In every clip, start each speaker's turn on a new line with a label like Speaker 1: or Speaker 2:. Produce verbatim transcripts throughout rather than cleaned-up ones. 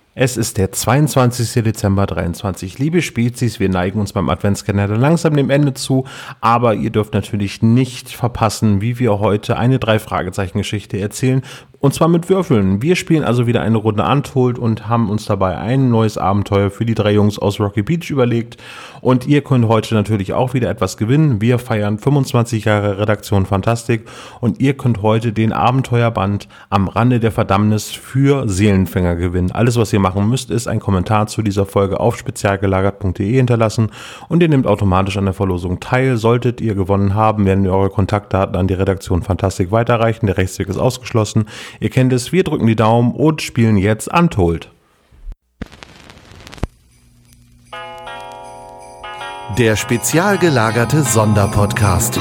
Speaker 1: Es ist der zweiundzwanzigster Dezember dreiundzwanzig. Liebe Spezies, wir neigen uns beim Adventskalender langsam dem Ende zu, aber ihr dürft natürlich nicht verpassen, wie wir heute eine Drei-Fragezeichen-Geschichte erzählen, und zwar mit Würfeln. Wir spielen also wieder eine Runde Untold und haben uns dabei ein neues Abenteuer für die drei Jungs aus Rocky Beach überlegt, und ihr könnt heute natürlich auch wieder etwas gewinnen. Wir feiern fünfundzwanzig Jahre Redaktion Fantastik und ihr könnt heute den Abenteuerband Am Rande der Verdammnis für Seelenfänger gewinnen. Alles, was ihr machen müsst, ist einen Kommentar zu dieser Folge auf spezialgelagert punkt de hinterlassen und ihr nehmt automatisch an der Verlosung teil. Solltet ihr gewonnen haben, werden wir eure Kontaktdaten an die Redaktion Fantastik weiterreichen. Der Rechtsweg ist ausgeschlossen. Ihr kennt es, wir drücken die Daumen und spielen jetzt Untold.
Speaker 2: Der spezial gelagerte Sonderpodcast.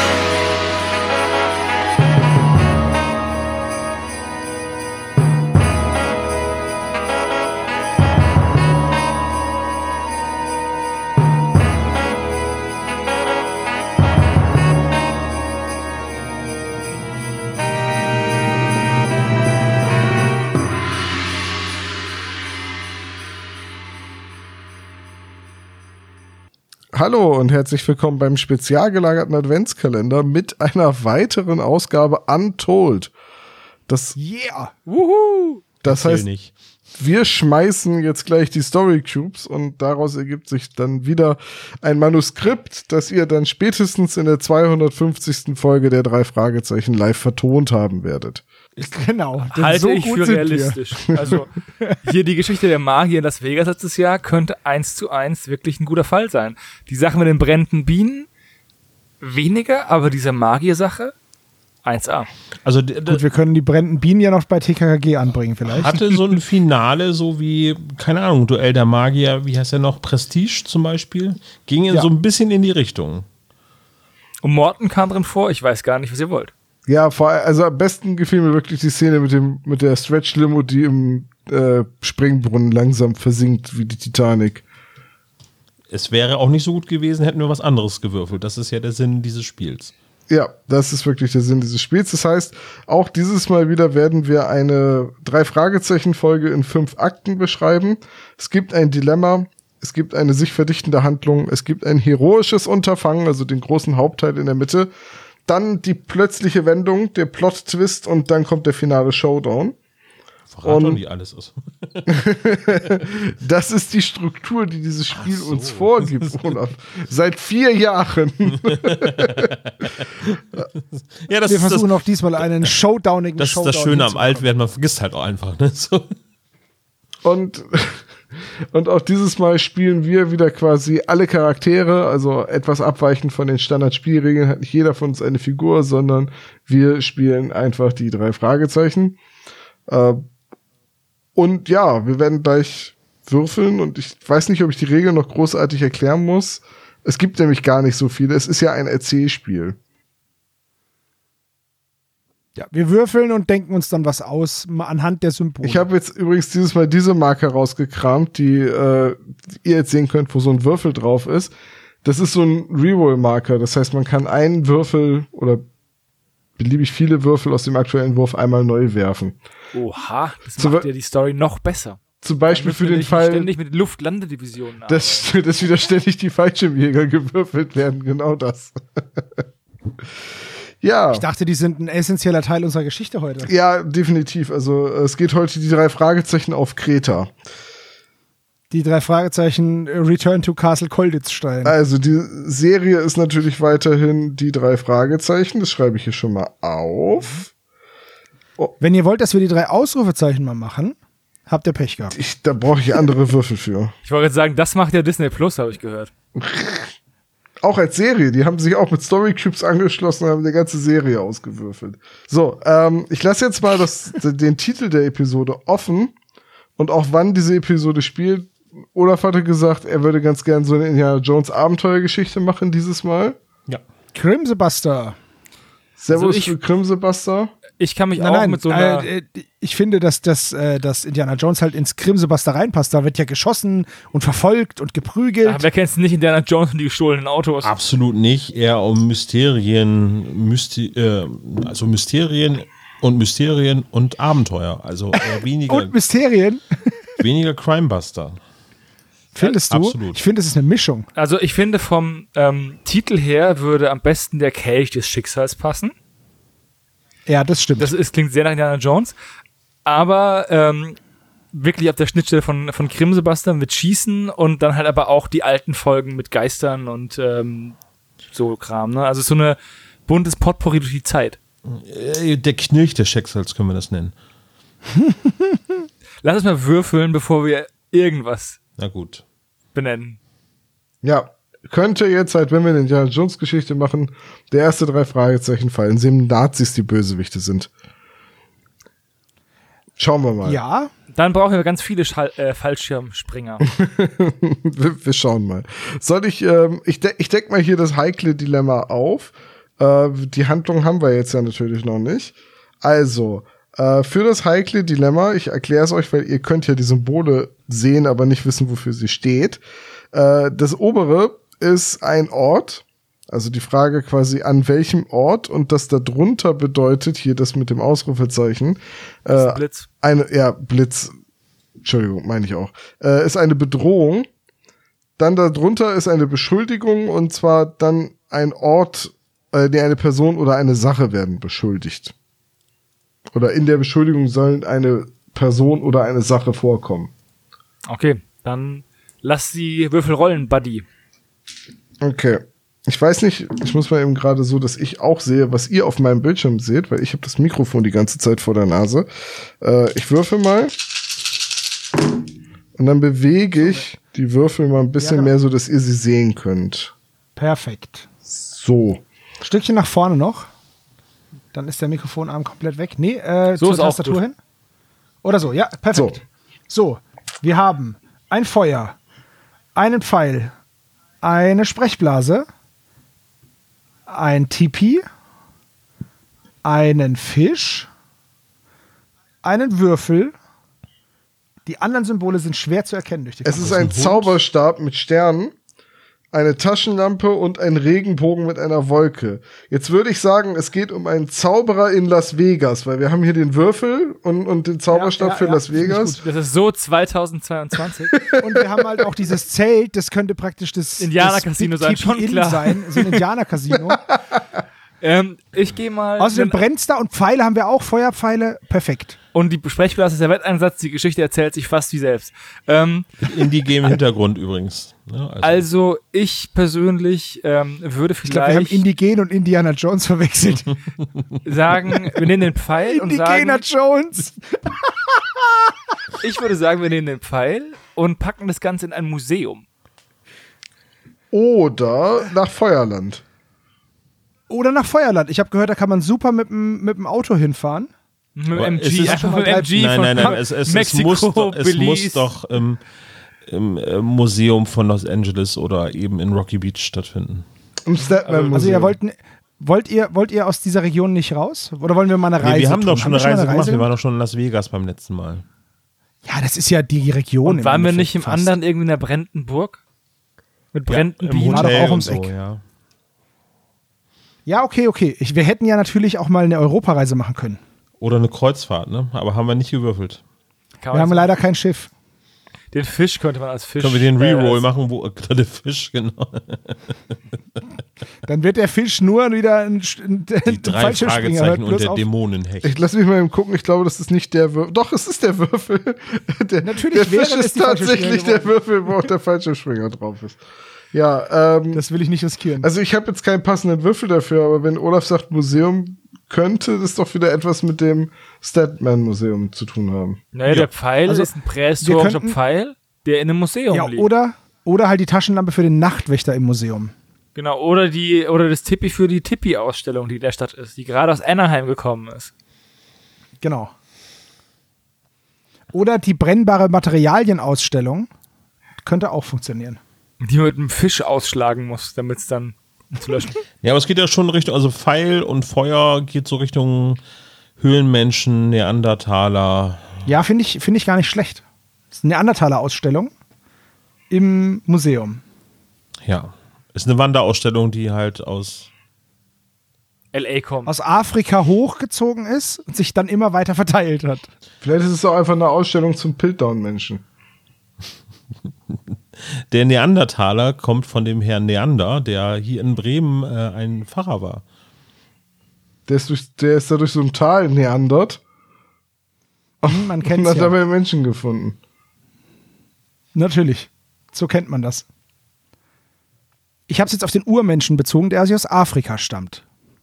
Speaker 3: Hallo und herzlich willkommen beim spezial gelagerten Adventskalender mit einer weiteren Ausgabe Untold. Das,
Speaker 4: yeah! Wuhu!
Speaker 3: Das heißt, nicht. Wir schmeißen jetzt gleich die Story Cubes und daraus ergibt sich dann wieder ein Manuskript, das ihr dann spätestens in der zweihundertfünfzigsten Folge der drei Fragezeichen live vertont haben werdet.
Speaker 4: Genau.
Speaker 5: Halte so ich für realistisch. Wir. Also hier die Geschichte der Magier in Las Vegas letztes Jahr könnte eins zu eins wirklich ein guter Fall sein. Die Sache mit den brennenden Bienen weniger, aber diese Magier-Sache eins A.
Speaker 4: Also d- Gut, wir können die brennenden Bienen ja noch bei T K K G anbringen vielleicht.
Speaker 6: Hatte so ein Finale, so wie, keine Ahnung, Duell der Magier, wie heißt der noch, Prestige zum Beispiel, ging ja. so ein bisschen in die Richtung.
Speaker 5: Und Morton kam drin vor, ich weiß gar nicht, was ihr wollt.
Speaker 3: Ja, vor, also am besten gefiel mir wirklich die Szene mit dem mit der Stretch-Limo, die im äh, Springbrunnen langsam versinkt wie die Titanic.
Speaker 6: Es wäre auch nicht so gut gewesen, hätten wir was anderes gewürfelt. Das ist ja der Sinn dieses Spiels.
Speaker 3: Ja, das ist wirklich der Sinn dieses Spiels. Das heißt, auch dieses Mal wieder werden wir eine Drei-Fragezeichen-Folge in fünf Akten beschreiben. Es gibt ein Dilemma, es gibt eine sich verdichtende Handlung, es gibt ein heroisches Unterfangen, also den großen Hauptteil in der Mitte, dann die plötzliche Wendung, der Plot-Twist und dann kommt der finale Showdown.
Speaker 6: Verrat doch, wie alles ist.
Speaker 3: Das ist die Struktur, die dieses Spiel so. uns vorgibt, Olaf. Seit vier Jahren.
Speaker 6: Ja, das
Speaker 4: Wir
Speaker 6: ist
Speaker 4: versuchen
Speaker 6: das,
Speaker 4: auch diesmal einen showdownigen
Speaker 6: Das
Speaker 4: Showdown
Speaker 6: ist das Schöne am Altwerden, man vergisst halt auch einfach. Ne? So.
Speaker 3: Und Und auch dieses Mal spielen wir wieder quasi alle Charaktere, also etwas abweichend von den Standardspielregeln hat nicht jeder von uns eine Figur, sondern wir spielen einfach die drei Fragezeichen. Äh, und ja, wir werden gleich würfeln und ich weiß nicht, ob ich die Regeln noch großartig erklären muss. Es gibt nämlich gar nicht so viele. Es ist ja ein Erzählspiel.
Speaker 4: Ja, wir würfeln und denken uns dann was aus anhand der Symbole.
Speaker 3: Ich habe jetzt übrigens dieses Mal diese Marke rausgekramt, die, äh, die ihr jetzt sehen könnt, wo so ein Würfel drauf ist. Das ist so ein Reroll-Marker. Das heißt, man kann einen Würfel oder beliebig viele Würfel aus dem aktuellen Wurf einmal neu werfen.
Speaker 5: Oha, das Zum macht ja die Story noch besser.
Speaker 3: Zum Beispiel für den Fall,
Speaker 5: ständig mit Luftlandedivisionen
Speaker 3: dass, dass wieder ständig die Fallschirmjäger gewürfelt werden. Genau das. Ja.
Speaker 4: Ich dachte, die sind ein essentieller Teil unserer Geschichte heute.
Speaker 3: Ja, definitiv. Also es geht heute die drei Fragezeichen auf Kreta.
Speaker 4: Die drei Fragezeichen Return to Castle Kolditzstein.
Speaker 3: Also die Serie ist natürlich weiterhin die drei Fragezeichen. Das schreibe ich hier schon mal auf.
Speaker 4: Oh. Wenn ihr wollt, dass wir die drei Ausrufezeichen mal machen, habt ihr Pech gehabt.
Speaker 3: Ich, da brauche ich andere Würfel für.
Speaker 5: Ich wollte jetzt sagen, das macht ja Disney Plus, habe ich gehört.
Speaker 3: Auch als Serie, die haben sich auch mit Story Cubes angeschlossen und haben die ganze Serie ausgewürfelt. So, ähm, ich lasse jetzt mal das, den Titel der Episode offen und auch wann diese Episode spielt. Olaf hatte gesagt, er würde ganz gern so eine Indiana Jones Abenteuergeschichte machen dieses Mal.
Speaker 6: Ja.
Speaker 4: Crimsebuster.
Speaker 3: Servus
Speaker 5: also ich,
Speaker 3: für Crimsebuster.
Speaker 5: Ich kann mich
Speaker 4: nein,
Speaker 5: auch
Speaker 4: nein,
Speaker 5: mit so einer...
Speaker 4: Äh, ich finde, dass, dass, äh, dass Indiana Jones halt ins Crimsebuster reinpasst. Da wird ja geschossen und verfolgt und geprügelt.
Speaker 5: Ach, wer kennt nicht Indiana Jones und die gestohlenen Autos?
Speaker 6: Absolut nicht. Eher um Mysterien, Mysti- äh, also Mysterien und Mysterien und Abenteuer. Also eher weniger.
Speaker 4: Und Mysterien?
Speaker 6: Weniger Crimebuster.
Speaker 4: Findest
Speaker 6: ja,
Speaker 4: du?
Speaker 6: Absolut.
Speaker 4: Ich finde, es ist eine Mischung.
Speaker 5: Also ich finde vom ähm, Titel her würde am besten der Kelch des Schicksals passen.
Speaker 4: Ja, das stimmt.
Speaker 5: Das ist, klingt sehr nach Indiana Jones. Aber ähm, wirklich auf der Schnittstelle von, von Grimsebuster mit Schießen und dann halt aber auch die alten Folgen mit Geistern und ähm, so Kram. Ne? Also so eine buntes Potpourri durch die Zeit.
Speaker 6: Der Knirch des Schicksals können wir das nennen.
Speaker 5: Lass uns mal würfeln, bevor wir irgendwas
Speaker 6: Na gut.
Speaker 5: benennen.
Speaker 3: Ja, könnte jetzt halt, wenn wir eine Indiana Jones Geschichte machen, der erste drei Fragezeichen fallen, sehen Nazis die Bösewichte sind. Schauen wir mal.
Speaker 4: Ja.
Speaker 5: Dann brauchen wir ganz viele Schall- äh, Fallschirmspringer.
Speaker 3: wir, wir schauen mal. Soll ich, ähm, ich, de- ich deck mal hier das heikle Dilemma auf. Äh, die Handlung haben wir jetzt ja natürlich noch nicht. Also, äh, für das heikle Dilemma, ich erkläre es euch, weil ihr könnt ja die Symbole sehen, aber nicht wissen, wofür sie steht. Äh, das obere ist ein Ort. Also die Frage quasi, an welchem Ort, und das darunter bedeutet, hier das mit dem Ausrufezeichen, äh,
Speaker 5: Blitz.
Speaker 3: eine, ja, Blitz, Entschuldigung, meine ich auch, äh, ist eine Bedrohung. Dann darunter ist eine Beschuldigung, und zwar dann ein Ort, äh, der eine Person oder eine Sache werden beschuldigt. Oder in der Beschuldigung sollen eine Person oder eine Sache vorkommen.
Speaker 5: Okay, dann lass die Würfel rollen, Buddy.
Speaker 3: Okay. Ich weiß nicht, ich muss mal eben gerade so, dass ich auch sehe, was ihr auf meinem Bildschirm seht, weil ich habe das Mikrofon die ganze Zeit vor der Nase. Äh, ich würfel mal. Und dann bewege ich die Würfel mal ein bisschen
Speaker 4: Ja.
Speaker 3: mehr, so dass ihr sie sehen könnt.
Speaker 4: Perfekt.
Speaker 3: So.
Speaker 4: Stückchen nach vorne noch. Dann ist der Mikrofonarm komplett weg. Nee, äh,
Speaker 5: So
Speaker 4: zur
Speaker 5: ist auch
Speaker 4: Tastatur
Speaker 5: gut.
Speaker 4: hin. Oder so, ja, perfekt. So. so, wir haben ein Feuer, einen Pfeil, eine Sprechblase, ein Tipi, einen Fisch, einen Würfel. Die anderen Symbole sind schwer zu erkennen durch die
Speaker 3: Es ist ein Zauberstab mit Sternen, eine Taschenlampe und ein Regenbogen mit einer Wolke. Jetzt würde ich sagen, es geht um einen Zauberer in Las Vegas, weil wir haben hier den Würfel und, und den Zauberstab
Speaker 4: Ja, ja,
Speaker 3: für
Speaker 4: ja,
Speaker 3: Las
Speaker 4: finde ich
Speaker 3: Vegas.
Speaker 4: gut.
Speaker 5: Das ist so zweitausendzweiundzwanzig.
Speaker 4: Und wir haben halt auch dieses Zelt, das könnte praktisch das
Speaker 5: Indianer-Casino
Speaker 4: das
Speaker 5: sein,
Speaker 4: Big T P
Speaker 5: schon
Speaker 4: Inn
Speaker 5: klar.
Speaker 4: sein, so ein Indianer-Casino.
Speaker 5: ähm, ich gehe mal.
Speaker 4: Außerdem brennt's da und Pfeile haben wir auch, Feuerpfeile, perfekt.
Speaker 5: Und die Sprechblase ist der Wetteinsatz, die Geschichte erzählt sich fast wie selbst. Ähm,
Speaker 6: Indigem Hintergrund übrigens. Ne? Also,
Speaker 5: also ich persönlich ähm, würde
Speaker 4: Ich glaube, wir haben
Speaker 5: vielleicht
Speaker 4: Indigen und Indiana Jones verwechselt.
Speaker 5: sagen, wir nehmen den Pfeil und
Speaker 4: Indiana
Speaker 5: sagen,
Speaker 4: Jones!
Speaker 5: ich würde sagen, wir nehmen den Pfeil und packen das Ganze in ein Museum.
Speaker 3: Oder nach Feuerland.
Speaker 4: Oder nach Feuerland. Ich habe gehört, da kann man super mit dem mit dem Auto hinfahren.
Speaker 5: Mit dem
Speaker 6: Aber
Speaker 5: M
Speaker 6: es
Speaker 5: G,
Speaker 6: ist
Speaker 5: einfach
Speaker 4: schon
Speaker 5: mit dem
Speaker 4: mal
Speaker 5: M G
Speaker 6: nein,
Speaker 5: von
Speaker 6: nein, nein, es, es,
Speaker 5: Mexiko,
Speaker 6: es, muss, doch, es
Speaker 5: Belize.
Speaker 6: muss doch im, im äh, Museum von Los Angeles oder eben in Rocky Beach stattfinden.
Speaker 3: Im Statman Museum.
Speaker 4: Also ihr wollt, wollt ihr wollt ihr aus dieser Region nicht raus? Oder wollen wir mal eine Reise
Speaker 6: Nee, wir haben
Speaker 4: tun?
Speaker 6: doch schon eine
Speaker 4: wir
Speaker 6: Reise gemacht. Wir
Speaker 4: gemacht?
Speaker 6: waren doch schon in Las Vegas beim letzten Mal.
Speaker 4: Ja, das ist ja die Region.
Speaker 5: Und
Speaker 4: im
Speaker 5: waren wir
Speaker 4: Endeffekt
Speaker 5: nicht im
Speaker 4: fast.
Speaker 5: anderen irgendwie in der brennenden Burg? Mit brennenden
Speaker 6: Im
Speaker 5: Bienen?
Speaker 4: War doch
Speaker 6: Hotel
Speaker 4: auch ums
Speaker 6: und so,
Speaker 4: Eck.
Speaker 6: ja.
Speaker 4: Ja, okay, okay. Ich, wir hätten ja natürlich auch mal eine Europareise machen können.
Speaker 6: Oder eine Kreuzfahrt, ne? Aber haben wir nicht gewürfelt.
Speaker 5: Kann
Speaker 4: Wir
Speaker 5: man
Speaker 4: haben
Speaker 5: sagen.
Speaker 4: leider kein Schiff.
Speaker 5: Den Fisch könnte man als Fisch.
Speaker 6: Können wir den Reroll
Speaker 5: äh,
Speaker 6: machen, wo der Fisch, genau.
Speaker 4: Dann wird der Fisch nur wieder ein, ein,
Speaker 6: Die
Speaker 4: ein
Speaker 6: drei
Speaker 4: Fallschirmspringer. Hört
Speaker 6: Fragezeichen und
Speaker 4: bloß
Speaker 6: der
Speaker 4: auf.
Speaker 6: Dämonenhecht.
Speaker 3: Ich lass mich mal eben gucken, ich glaube, das ist nicht der Würfel. Doch, es ist der Würfel. Der,
Speaker 4: Natürlich
Speaker 3: der
Speaker 4: wäre
Speaker 3: Fisch
Speaker 4: es
Speaker 3: ist
Speaker 4: die Fallschirmspringer
Speaker 3: tatsächlich der
Speaker 4: geworden.
Speaker 3: Würfel, wo auch der Fallschirmspringer drauf ist. Ja, ähm,
Speaker 4: Das will ich nicht riskieren.
Speaker 3: also ich habe jetzt keinen passenden Würfel dafür, aber wenn Olaf sagt Museum, könnte das doch wieder etwas mit dem Statman Museum zu tun haben.
Speaker 5: Naja, der Pfeil
Speaker 4: Also,
Speaker 5: ist ein prähistorischer
Speaker 4: wir könnten-
Speaker 5: Pfeil, der in einem Museum
Speaker 4: ja,
Speaker 5: liegt.
Speaker 4: oder, oder halt die Taschenlampe für den Nachtwächter im Museum.
Speaker 5: Genau, oder die, oder das Tippi für die Tippi-Ausstellung, die in der Stadt ist, die gerade aus Anaheim gekommen ist.
Speaker 4: Genau. Oder die brennbare Materialienausstellung. Könnte auch funktionieren.
Speaker 5: Die man mit einem Fisch ausschlagen muss, damit es dann zu löschen.
Speaker 6: Ja, aber es geht ja schon Richtung, also Pfeil und Feuer geht so Richtung Höhlenmenschen, Neandertaler.
Speaker 4: Ja, finde ich, finde ich gar nicht schlecht. Das ist eine Neandertaler-Ausstellung im Museum.
Speaker 6: Ja. Ist eine Wanderausstellung, die halt aus.
Speaker 5: L A kommt.
Speaker 4: Aus Afrika hochgezogen ist und sich dann immer weiter verteilt hat.
Speaker 3: Vielleicht ist es auch einfach eine Ausstellung zum Piltdown-Menschen.
Speaker 6: Der Neandertaler kommt von dem Herrn Neander, der hier in Bremen äh, ein Pfarrer war.
Speaker 3: Der ist, durch, der ist da durch so ein Tal neandert.
Speaker 4: Man kennt
Speaker 3: und
Speaker 4: es
Speaker 3: hat
Speaker 4: ja.
Speaker 3: dabei Menschen gefunden.
Speaker 4: Natürlich. So kennt man das. Ich habe es jetzt auf den Urmenschen bezogen, der also aus Afrika stammt.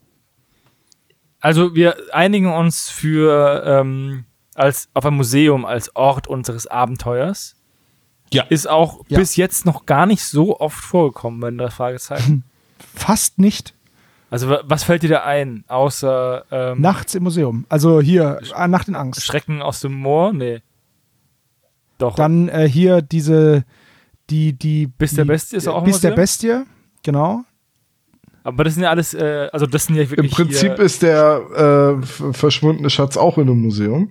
Speaker 5: Also wir einigen uns für ähm, als auf ein Museum als Ort unseres Abenteuers.
Speaker 6: Ja.
Speaker 5: Ist auch
Speaker 4: Ja.
Speaker 5: bis jetzt noch gar nicht so oft vorgekommen, wenn das Fragezeichen.
Speaker 4: Fast nicht.
Speaker 5: Also wa- was fällt dir da ein, außer ähm,
Speaker 4: Nachts im Museum. Also hier, äh, Nacht in Angst.
Speaker 5: Schrecken aus dem Moor? Nee. Doch.
Speaker 4: Dann äh, hier diese, die, die.
Speaker 5: Bis der
Speaker 4: die-
Speaker 5: Bestie ist auch ein
Speaker 4: Bis der
Speaker 5: Museum?
Speaker 4: Bestie, genau.
Speaker 5: Aber das sind ja alles, äh, also das sind ja
Speaker 3: Im
Speaker 5: wirklich
Speaker 3: Prinzip
Speaker 5: hier,
Speaker 3: ist der äh, f- verschwundene Schatz auch in einem Museum.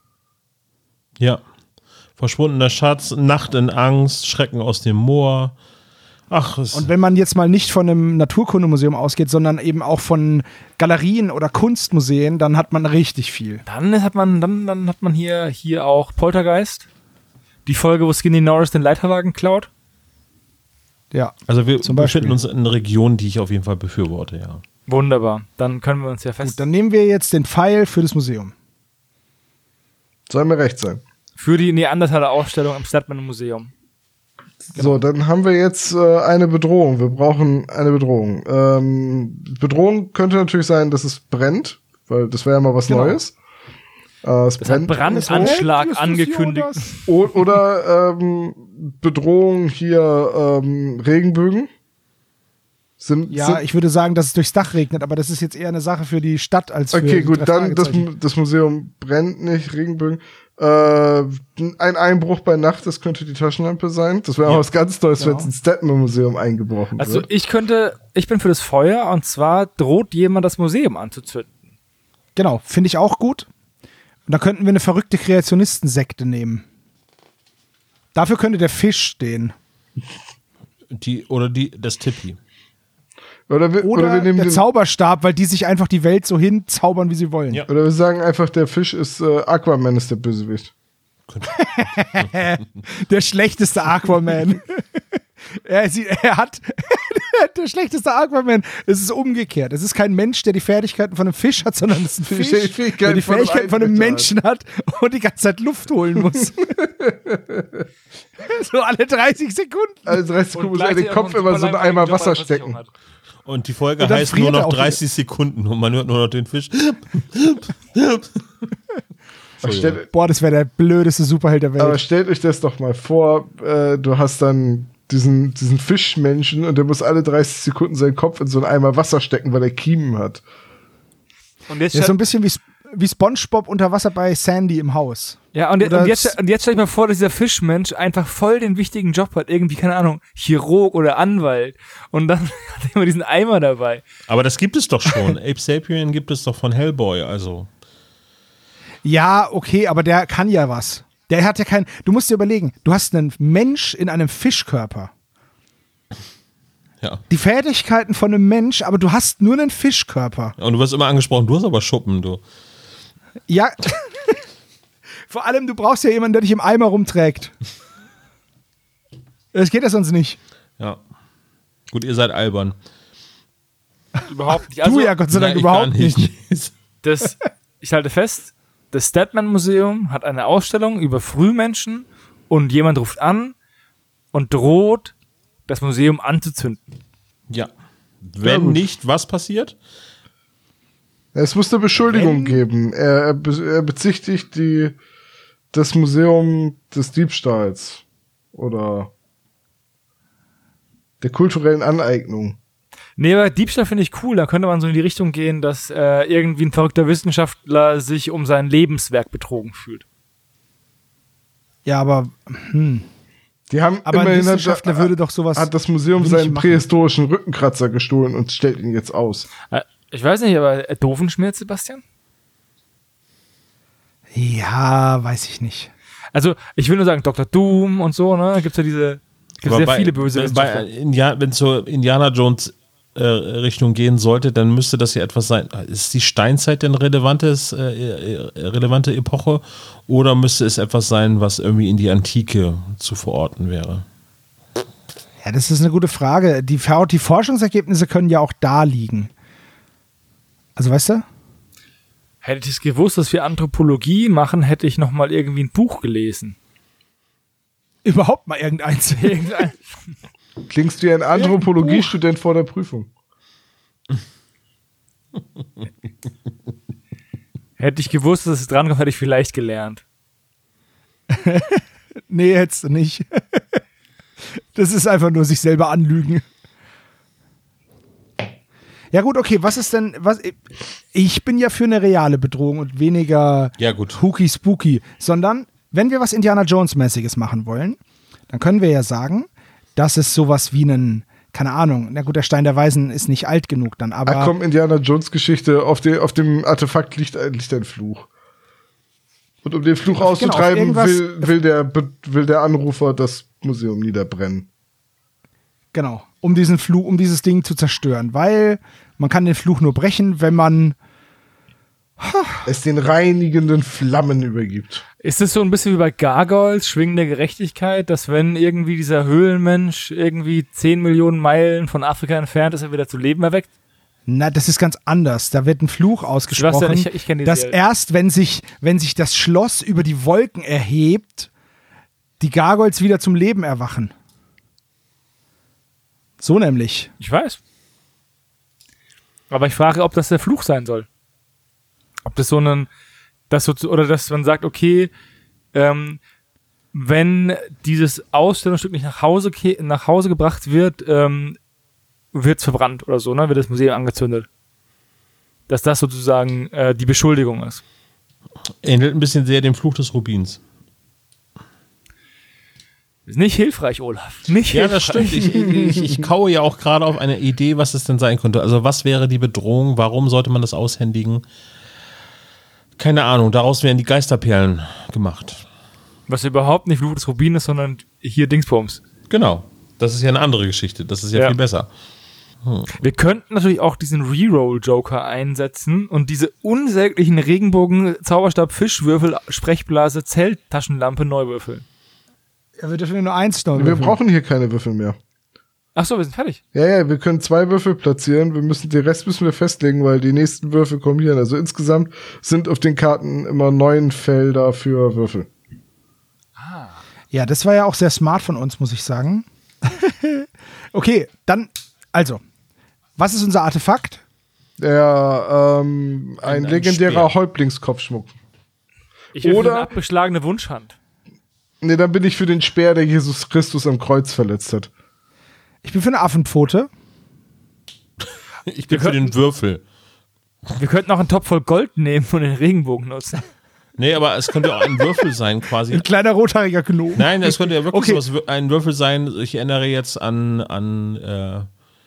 Speaker 6: Ja. Verschwundener Schatz, Nacht in Angst, Schrecken aus dem Moor. Ach, es
Speaker 4: Und wenn man jetzt mal nicht von einem Naturkundemuseum ausgeht, sondern eben auch von Galerien oder Kunstmuseen, dann hat man richtig viel.
Speaker 5: Dann hat man, dann, dann hat man hier, hier auch Poltergeist. Die Folge, wo Skinny Norris den Leiterwagen klaut.
Speaker 4: Ja.
Speaker 6: also wir
Speaker 4: Zum Beispiel.
Speaker 6: befinden uns in einer Region, die ich auf jeden Fall befürworte, ja.
Speaker 5: Wunderbar. Dann können wir uns ja fest.
Speaker 4: Gut, dann nehmen wir jetzt den Pfeil für das Museum.
Speaker 3: Soll mir recht sein.
Speaker 5: Für die Neandertaler Ausstellung im Stadtman Museum.
Speaker 3: So, dann haben wir jetzt äh, eine Bedrohung. Wir brauchen eine Bedrohung. Ähm, Bedrohung könnte natürlich sein, dass es brennt, weil das wäre ja mal was
Speaker 4: Genau.
Speaker 3: Neues. Äh, es
Speaker 5: Das hat
Speaker 3: brennt.
Speaker 5: Brandanschlag
Speaker 4: Ist das
Speaker 5: angekündigt.
Speaker 4: das?
Speaker 3: O oder ähm, Bedrohung hier ähm, Regenbögen. Sind,
Speaker 4: Ja,
Speaker 3: sind,
Speaker 4: ich würde sagen, dass es durchs Dach regnet, aber das ist jetzt eher eine Sache für die Stadt als für
Speaker 3: okay,
Speaker 4: die
Speaker 3: gut,
Speaker 4: drei
Speaker 3: dann das,
Speaker 4: Fragezeichen.
Speaker 3: das Museum brennt nicht, Regenbögen. Äh, ein Einbruch bei Nacht, das könnte die Taschenlampe sein. Das wäre auch was ganz Neues,
Speaker 4: Genau.
Speaker 3: wenn es ins Stadtman-Museum eingebrochen
Speaker 5: Also
Speaker 3: wird.
Speaker 5: ich könnte, ich bin für das Feuer und zwar droht jemand das Museum anzuzünden.
Speaker 4: Genau, finde ich auch gut. Und da könnten wir eine verrückte Kreationistensekte nehmen. Dafür könnte der Fisch stehen.
Speaker 6: Die, oder die, das Tippi.
Speaker 3: Oder wir,
Speaker 4: Oder,
Speaker 3: oder wir nehmen
Speaker 4: der
Speaker 3: den,
Speaker 4: Zauberstab, weil die sich einfach die Welt so hinzaubern, wie sie wollen.
Speaker 6: Ja.
Speaker 3: oder wir sagen einfach, der Fisch ist äh, Aquaman ist der Bösewicht.
Speaker 4: Der schlechteste Aquaman. er, sieht, er hat der schlechteste Aquaman. Es ist umgekehrt. Es ist kein Mensch, der die Fertigkeiten von einem Fisch hat, sondern es ist ein
Speaker 3: Die
Speaker 4: Fisch, der
Speaker 3: Fähigkeiten
Speaker 4: die
Speaker 3: von einem
Speaker 4: Fähigkeiten von einem
Speaker 3: Einbrecher
Speaker 4: Menschen hat und die ganze Zeit Luft holen muss. so alle dreißig Sekunden.
Speaker 3: Also dreißig Sekunden muss er den
Speaker 5: gleichzeitig
Speaker 3: Kopf
Speaker 5: auch einen
Speaker 3: immer so einen
Speaker 5: super
Speaker 3: Eimer
Speaker 5: langweiligen
Speaker 3: Wasser
Speaker 5: Job an der
Speaker 3: stecken.
Speaker 5: Versicherung hat.
Speaker 6: Und die Folge
Speaker 4: Und dann
Speaker 6: heißt nur
Speaker 4: friert er
Speaker 6: noch
Speaker 4: auch
Speaker 6: dreißig Sekunden und man hört nur noch den Fisch.
Speaker 3: Aber stellt,
Speaker 4: Boah, das wäre der blödeste Superheld der Welt.
Speaker 3: aber stellt euch das doch mal vor, äh, du hast dann diesen, diesen Fischmenschen und der muss alle dreißig Sekunden seinen Kopf in so einen Eimer Wasser stecken, weil er Kiemen hat.
Speaker 5: Und jetzt
Speaker 4: Das ist so ein bisschen wie, Sp- wie SpongeBob unter Wasser bei Sandy im Haus.
Speaker 5: Ja, und,
Speaker 4: Oder
Speaker 5: und, jetzt,
Speaker 4: s-
Speaker 5: und jetzt stell ich mal vor, dass dieser Fischmensch einfach voll den wichtigen Job hat. Irgendwie, keine Ahnung, Chirurg oder Anwalt. Und dann hat er immer diesen Eimer dabei.
Speaker 6: Aber das gibt es doch schon. Ape Sapien gibt es doch von Hellboy, also.
Speaker 4: Ja, okay, aber der kann ja was. Der hat ja kein. Du musst dir überlegen, du hast einen Mensch in einem Fischkörper.
Speaker 6: Ja.
Speaker 4: Die Fertigkeiten von einem Mensch, aber du hast nur einen Fischkörper.
Speaker 6: Und du wirst immer angesprochen, du hast aber Schuppen, du.
Speaker 4: Ja. Vor allem, du brauchst ja jemanden, der dich im Eimer rumträgt. Das geht ja sonst nicht.
Speaker 6: Ja. Gut, ihr seid albern.
Speaker 5: Überhaupt nicht. Also,
Speaker 4: du ja Gott sei Dank
Speaker 6: Nein, ich
Speaker 4: überhaupt
Speaker 6: gar
Speaker 4: nicht.
Speaker 5: das, ich halte fest, das Stadtman Museum hat eine Ausstellung über Frühmenschen und jemand ruft an und droht, das Museum anzuzünden.
Speaker 6: Ja. Wenn
Speaker 3: gut.
Speaker 6: nicht, was passiert?
Speaker 3: Es muss eine Beschuldigung
Speaker 4: Wenn-
Speaker 3: geben. Er, er, be er bezichtigt die, das Museum des Diebstahls oder der kulturellen Aneignung.
Speaker 5: Nee, aber Diebstahl finde ich cool. Da könnte man so in die Richtung gehen, dass äh, irgendwie ein verrückter Wissenschaftler sich um sein Lebenswerk betrogen fühlt.
Speaker 4: Ja, aber. Hm.
Speaker 3: Die haben
Speaker 4: Aber ein
Speaker 3: immerhin hat,
Speaker 4: Wissenschaftler würde doch sowas
Speaker 3: hat das Museum
Speaker 4: nicht
Speaker 3: seinen
Speaker 4: machen.
Speaker 3: prähistorischen Rückenkratzer gestohlen und stellt ihn jetzt aus.
Speaker 5: Äh, ich weiß nicht, aber äh, Doofenschmerz, Sebastian?
Speaker 4: Ja, weiß ich nicht.
Speaker 5: Also, ich will nur sagen, Doktor Doom und so, ne? Gibt's ja diese, gibt
Speaker 6: Aber
Speaker 5: sehr
Speaker 6: bei-
Speaker 5: viele böse
Speaker 6: bei, bei
Speaker 5: Wissenschaftler.
Speaker 6: India, wenn es so Indiana Jones Richtung gehen sollte, dann müsste das ja etwas sein. Ist die Steinzeit denn relevantes, äh, relevante Epoche oder müsste es etwas sein, was irgendwie in die Antike zu verorten wäre?
Speaker 4: Ja, das ist eine gute Frage. Die, die Forschungsergebnisse können ja auch da liegen. Also, weißt du?
Speaker 5: Hätte ich es gewusst, dass wir Anthropologie machen, hätte ich noch mal irgendwie ein Buch gelesen.
Speaker 4: Überhaupt mal irgendeins.
Speaker 5: Irgendein
Speaker 3: Klingst wie ein Anthropologiestudent vor der Prüfung.
Speaker 5: Hätte ich gewusst, dass es dran kommt, hätte ich vielleicht gelernt.
Speaker 4: Nee, hättest du nicht. Das ist einfach nur sich selber anlügen. Ja gut, okay, was ist denn, was, ich bin ja für eine reale Bedrohung und weniger
Speaker 6: ja, gut.
Speaker 4: Hooky Spooky, sondern wenn wir was Indiana Jones-mäßiges machen wollen, dann können wir ja sagen, dass es sowas wie einen, keine Ahnung, na gut, der Stein der Weisen ist nicht alt genug dann, aber...
Speaker 3: Ach komm, Indiana Jones-Geschichte, auf, de, auf dem Artefakt liegt, liegt ein Fluch. Und um den Fluch auszutreiben,
Speaker 4: genau,
Speaker 3: will, will, der, will der Anrufer das Museum niederbrennen.
Speaker 4: Genau, um diesen Fluch, um dieses Ding zu zerstören, weil man kann den Fluch nur brechen, wenn man
Speaker 3: es den reinigenden Flammen übergibt.
Speaker 5: Ist es so ein bisschen wie bei Gargoyles, schwingende Gerechtigkeit, dass wenn irgendwie dieser Höhlenmensch irgendwie zehn Millionen Meilen von Afrika entfernt ist, er wieder zu Leben erweckt?
Speaker 4: Na, das ist ganz anders. Da wird ein Fluch ausgesprochen,
Speaker 5: ich, ich kenn die
Speaker 4: dass
Speaker 5: Serie.
Speaker 4: erst, wenn sich, wenn sich das Schloss über die Wolken erhebt, die Gargoyles wieder zum Leben erwachen. So nämlich.
Speaker 5: Ich weiß. Aber ich frage, ob das der Fluch sein soll. Ob das so ein, das so, oder dass man sagt, okay, ähm, wenn dieses Ausstellungsstück nicht nach Hause, nach Hause gebracht wird, ähm, wird es verbrannt oder so, ne? Wird das Museum angezündet. Dass das sozusagen äh, die Beschuldigung ist.
Speaker 6: Ähnelt ein bisschen sehr dem Fluch des Rubins.
Speaker 5: Ist nicht hilfreich, Olaf. Nicht
Speaker 6: ja,
Speaker 5: hilfreich.
Speaker 6: das stimmt. Ich, ich, ich kaue ja auch gerade auf eine Idee, was es denn sein könnte. Also was wäre die Bedrohung? Warum sollte man das aushändigen? Keine Ahnung. Daraus wären die Geisterperlen gemacht.
Speaker 5: Was überhaupt nicht Fluch des Rubin ist, sondern hier Dingsbums.
Speaker 6: Genau. Das ist ja eine andere Geschichte. Das ist ja, ja. viel besser.
Speaker 5: Hm. Wir könnten natürlich auch diesen Reroll-Joker einsetzen und diese unsäglichen Regenbogen, Zauberstab, Fischwürfel, Sprechblase, Zelttaschenlampe neu würfeln.
Speaker 4: Ja, wir dürfen nur eins neu
Speaker 3: würfeln. Wir brauchen hier keine Würfel mehr.
Speaker 5: Ach so, wir sind fertig.
Speaker 3: Ja, ja, wir können zwei Würfel platzieren. Wir müssen, den Rest müssen wir festlegen, weil die nächsten Würfel kommen hier. Also insgesamt sind auf den Karten immer neun Felder für Würfel.
Speaker 4: Ah. Ja, das war ja auch sehr smart von uns, muss ich sagen. Okay, dann, also, was ist unser Artefakt?
Speaker 3: Der, ähm, ein, ein legendärer Speer. Häuptlingskopfschmuck.
Speaker 5: Ich will Oder eine abgeschlagene Wunschhand.
Speaker 3: Nee, dann bin ich für den Speer, der Jesus Christus am Kreuz verletzt hat.
Speaker 4: Ich bin für eine Affenpfote.
Speaker 6: Ich bin wir für könnten, den Würfel.
Speaker 5: Wir könnten auch einen Topf voll Gold nehmen und den Regenbogen nutzen. Nee,
Speaker 6: aber es könnte auch ein Würfel sein, quasi.
Speaker 4: Ein kleiner rothaariger Gnom.
Speaker 6: Nein, es könnte ja wirklich
Speaker 4: okay.
Speaker 6: sowas, ein Würfel sein. Ich erinnere jetzt an, an, äh,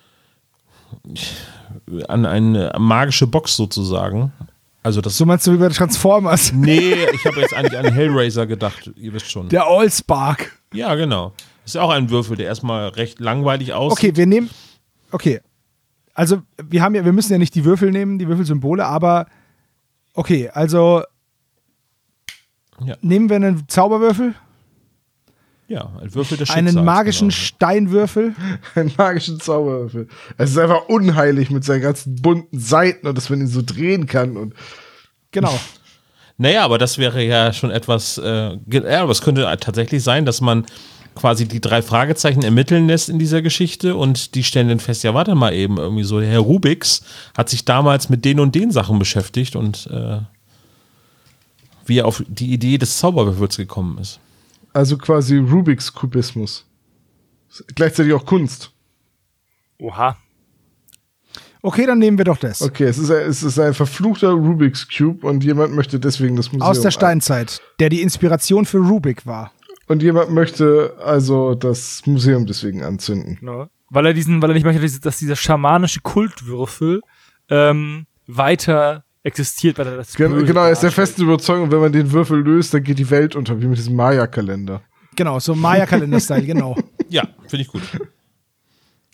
Speaker 6: an eine magische Box sozusagen. Also das
Speaker 4: so meinst du wie bei Transformers?
Speaker 6: Nee, ich habe jetzt eigentlich an Hellraiser gedacht, ihr wisst schon.
Speaker 4: Der Allspark.
Speaker 6: Ja, genau. Ist ja auch ein Würfel, der erstmal recht langweilig aussieht.
Speaker 4: Okay, wir nehmen, okay, also wir haben ja, wir müssen ja nicht die Würfel nehmen, die Würfelsymbole, aber okay, also ja. Nehmen wir einen Zauberwürfel?
Speaker 6: Ja, ein Würfel des Schicksals.
Speaker 4: Einen magischen
Speaker 6: genau.
Speaker 4: Steinwürfel?
Speaker 3: Einen magischen Zauberwürfel. Es ist einfach unheilig mit seinen ganzen bunten Seiten und dass man ihn so drehen kann. Und
Speaker 4: genau.
Speaker 6: Naja, aber das wäre ja schon etwas, äh, ja, aber es könnte tatsächlich sein, dass man quasi die drei Fragezeichen ermitteln lässt in dieser Geschichte und die stellen dann fest, ja warte mal eben, irgendwie so, der Herr Rubiks hat sich damals mit den und den Sachen beschäftigt und äh, wie er auf die Idee des Zauberwürfels gekommen ist.
Speaker 3: Also quasi Rubiks Kubismus. Gleichzeitig auch Kunst.
Speaker 5: Oha.
Speaker 4: Okay, dann nehmen wir doch das.
Speaker 3: Okay, es ist, ein, es ist ein verfluchter Rubik's Cube und jemand möchte deswegen das Museum...
Speaker 4: Aus der Steinzeit, der die Inspiration für Rubik war.
Speaker 3: Und jemand möchte also das Museum deswegen anzünden.
Speaker 5: Genau. Weil er diesen, weil er nicht möchte, dass dieser schamanische Kultwürfel ähm, weiter existiert, weil er das
Speaker 3: Gen-
Speaker 5: Böse
Speaker 3: Genau, er ist der
Speaker 5: darstellt.
Speaker 3: festen Überzeugung, wenn man den Würfel löst, dann geht die Welt unter, wie mit diesem Maya-Kalender.
Speaker 4: Genau, so Maya-Kalender-Style, genau.
Speaker 6: Ja, finde ich gut.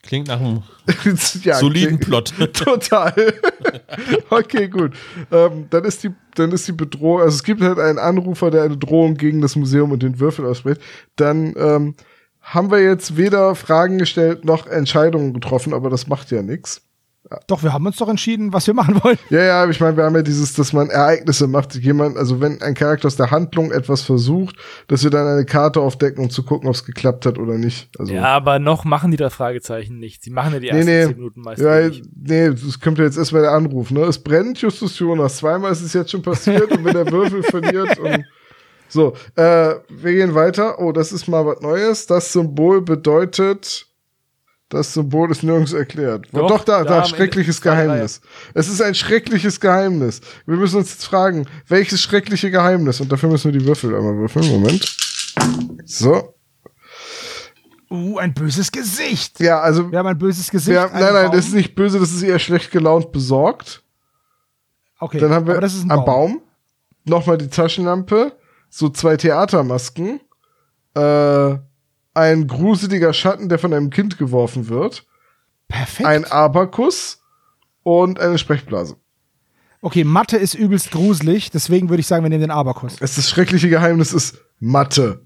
Speaker 6: Klingt nach einem
Speaker 3: ja,
Speaker 6: soliden
Speaker 3: klingt,
Speaker 6: Plot.
Speaker 3: Total. Okay, gut. Ähm, dann ist die, dann ist die Bedrohung, also es gibt halt einen Anrufer, der eine Drohung gegen das Museum und den Würfel ausspricht. Dann ähm, haben wir jetzt weder Fragen gestellt noch Entscheidungen getroffen, aber das macht ja nichts.
Speaker 4: Doch, wir haben uns doch entschieden, was wir machen wollen.
Speaker 3: Ja, ja, aber ich meine, wir haben ja dieses, dass man Ereignisse macht. Jemand, also wenn ein Charakter aus der Handlung etwas versucht, dass wir dann eine Karte aufdecken, um zu gucken, ob es geklappt hat oder nicht. Also,
Speaker 5: ja, aber noch machen die da Fragezeichen nicht. Sie machen ja die
Speaker 3: nee,
Speaker 5: ersten
Speaker 3: nee.
Speaker 5: zehn Minuten meistens
Speaker 3: ja,
Speaker 5: nicht.
Speaker 3: Nee, das kommt ja jetzt erstmal der Anruf, ne? Es brennt, Justus Jonas. Zweimal ist es jetzt schon passiert und wenn der Würfel verliert und so, äh, wir gehen weiter. Oh, das ist mal was Neues. Das Symbol bedeutet, das Symbol ist nirgends erklärt. Doch, Doch da, da, da schreckliches Geheimnis. Es ist ein schreckliches Geheimnis. Wir müssen uns jetzt fragen, welches schreckliche Geheimnis? Und dafür müssen wir die Würfel einmal würfeln. Moment. So.
Speaker 4: Uh, ein böses Gesicht.
Speaker 3: Ja, also.
Speaker 4: Wir haben ein böses Gesicht.
Speaker 3: Wir haben, nein, nein, das ist nicht böse, das ist eher schlecht gelaunt besorgt.
Speaker 4: Okay,
Speaker 3: dann haben wir
Speaker 4: aber das ist ein
Speaker 3: am
Speaker 4: Baum.
Speaker 3: Baum nochmal die Taschenlampe, so zwei Theatermasken, äh, ein gruseliger Schatten, der von einem Kind geworfen wird.
Speaker 4: Perfekt.
Speaker 3: Ein Abakus und eine Sprechblase.
Speaker 4: Okay, Mathe ist übelst gruselig, deswegen würde ich sagen, wir nehmen den Abakus.
Speaker 3: Das schreckliche Geheimnis ist Mathe.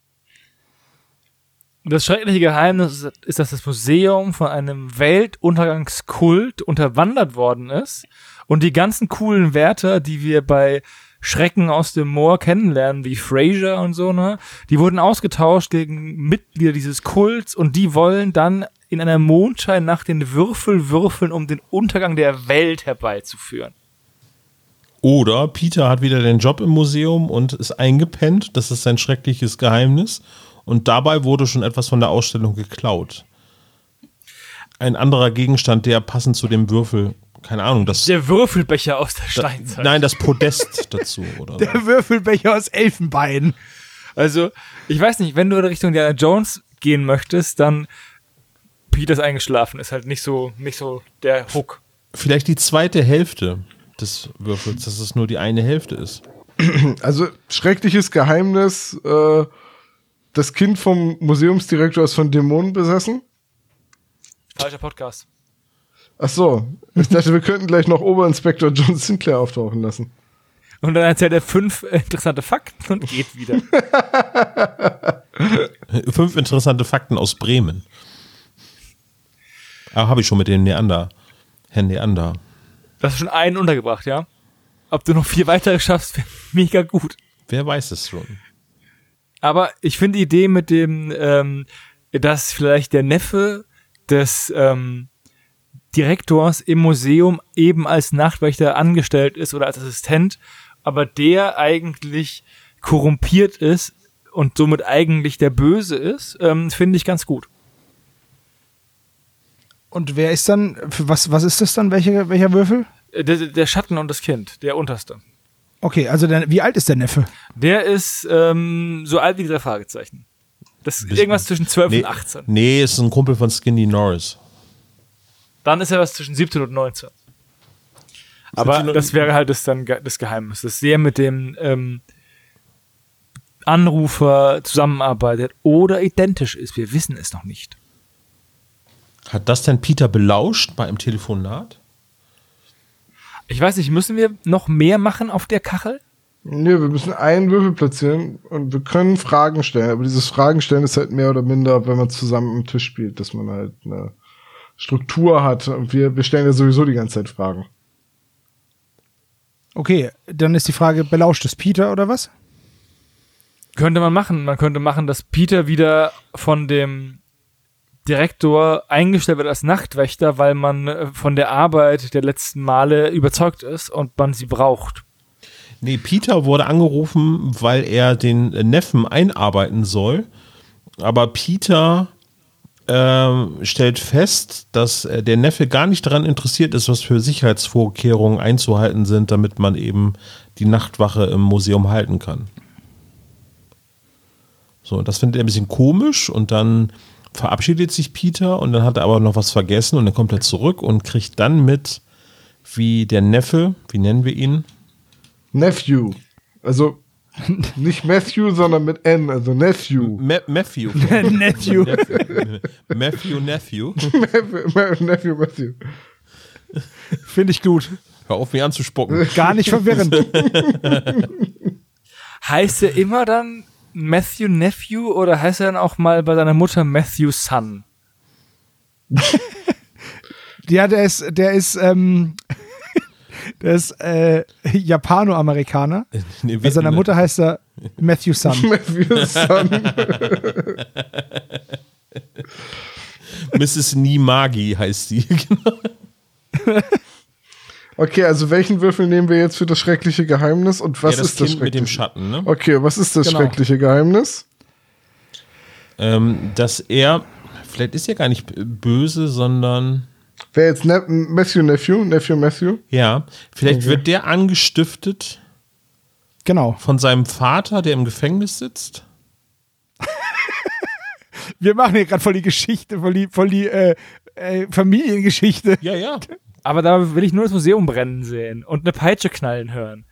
Speaker 5: Das schreckliche Geheimnis ist, ist, dass das Museum von einem Weltuntergangskult unterwandert worden ist und die ganzen coolen Wärter, die wir bei Schrecken aus dem Moor kennenlernen, wie Frasier und so, ne? Die wurden ausgetauscht gegen Mitglieder dieses Kults und die wollen dann in einer Mondscheinnacht den Würfel würfeln, um den Untergang der Welt herbeizuführen.
Speaker 6: Oder Peter hat wieder den Job im Museum und ist eingepennt. Das ist sein schreckliches Geheimnis. Und dabei wurde schon etwas von der Ausstellung geklaut. Ein anderer Gegenstand, der passend zu dem Würfel, keine Ahnung, das.
Speaker 5: Der Würfelbecher aus der Steinzeit.
Speaker 6: Da, nein, das Podest dazu, oder?
Speaker 4: Der so. Würfelbecher aus Elfenbein.
Speaker 5: Also, ich weiß nicht, wenn du in Richtung Indiana Jones gehen möchtest, dann Peter ist eingeschlafen, ist halt nicht so, nicht so der Hook.
Speaker 6: Vielleicht die zweite Hälfte des Würfels, dass es nur die eine Hälfte ist.
Speaker 3: Also, schreckliches Geheimnis, äh, das Kind vom Museumsdirektor ist von Dämonen besessen.
Speaker 5: Falscher Podcast.
Speaker 3: Ach so, ich dachte, wir könnten gleich noch Oberinspektor John Sinclair auftauchen lassen.
Speaker 5: Und dann erzählt er fünf interessante Fakten und geht wieder.
Speaker 6: Fünf interessante Fakten aus Bremen. Aber habe ich schon mit dem Neander. Herrn Neander.
Speaker 5: Du hast schon einen untergebracht, ja? Ob du noch vier weitere schaffst, wäre mega gut.
Speaker 6: Wer weiß es schon.
Speaker 5: Aber ich finde die Idee mit dem, ähm, dass vielleicht der Neffe des ähm, Direktors im Museum eben als Nachtwächter angestellt ist oder als Assistent, aber der eigentlich korrumpiert ist und somit eigentlich der Böse ist, ähm, finde ich ganz gut.
Speaker 4: Und wer ist dann, für was, was ist das dann, welche, welcher Würfel?
Speaker 5: Der, der Schatten und das Kind, der unterste.
Speaker 4: Okay, also der, wie alt ist der Neffe?
Speaker 5: Der ist ähm, so alt wie die drei Fragezeichen. Das ist irgendwas zwischen zwölf
Speaker 6: nee,
Speaker 5: und achtzehn.
Speaker 6: Nee, ist ein Kumpel von Skinny Norris.
Speaker 5: Dann ist er was zwischen siebzehn und neunzehn. Aber das wäre halt das, dann das Geheimnis, dass der mit dem ähm, Anrufer zusammenarbeitet oder identisch ist. Wir wissen es noch nicht.
Speaker 6: Hat das denn Peter belauscht bei einem Telefonat?
Speaker 5: Ich weiß nicht, müssen wir noch mehr machen auf der Kachel?
Speaker 3: Nee, wir müssen einen Würfel platzieren und wir können Fragen stellen. Aber dieses Fragen stellen ist halt mehr oder minder, wenn man zusammen am Tisch spielt, dass man halt eine Struktur hat. Und wir, wir stellen ja sowieso die ganze Zeit Fragen.
Speaker 4: Okay, dann ist die Frage, belauscht es Peter oder was?
Speaker 5: Könnte man machen. Man könnte machen, dass Peter wieder von dem Direktor eingestellt wird als Nachtwächter, weil man von der Arbeit der letzten Male überzeugt ist und man sie braucht.
Speaker 6: Nee, Peter wurde angerufen, weil er den Neffen einarbeiten soll. Aber Peter äh, stellt fest, dass äh, der Neffe gar nicht daran interessiert ist, was für Sicherheitsvorkehrungen einzuhalten sind, damit man eben die Nachtwache im Museum halten kann. So, das findet er ein bisschen komisch und dann verabschiedet sich Peter und dann hat er aber noch was vergessen und dann kommt er zurück und kriegt dann mit, wie der Neffe, wie nennen wir ihn?
Speaker 3: Nephew. Also Nicht Matthew, sondern mit N, also Nephew.
Speaker 6: Ma- Matthew.
Speaker 4: Nephew.
Speaker 6: Matthew, Nephew.
Speaker 3: Nephew, Matthew.
Speaker 4: Finde ich gut.
Speaker 6: Hör auf, mich anzuspucken.
Speaker 4: Gar nicht verwirrend.
Speaker 5: Heißt er immer dann Matthew Nephew oder heißt er dann auch mal bei seiner Mutter Matthew Son?
Speaker 4: Ja, der ist, der ist, ähm, der ist äh, Japanoamerikaner.
Speaker 6: Nee,
Speaker 4: Bei seiner Mutter heißt er Matthew Son.
Speaker 3: Matthew Son.
Speaker 6: Misses Nimagi heißt sie.
Speaker 3: Okay, also welchen Würfel nehmen wir jetzt für das schreckliche Geheimnis und was
Speaker 6: ja, das
Speaker 3: ist das
Speaker 6: Kind mit dem
Speaker 3: schreckliche?
Speaker 6: Schatten, ne?
Speaker 3: Okay, was ist das
Speaker 4: Genau.
Speaker 3: schreckliche Geheimnis?
Speaker 6: Ähm, dass er, vielleicht ist er gar nicht böse, sondern
Speaker 3: Wer jetzt ne Matthew Nephew, Nephew Matthew?
Speaker 6: ja, vielleicht
Speaker 3: Okay.
Speaker 6: wird der angestiftet
Speaker 4: Genau.
Speaker 6: von seinem Vater, der im Gefängnis sitzt.
Speaker 4: Wir machen hier gerade voll die Geschichte, voll die, voll die äh, äh, Familiengeschichte.
Speaker 6: Ja, ja.
Speaker 5: Aber da will ich nur das Museum brennen sehen und eine Peitsche knallen hören.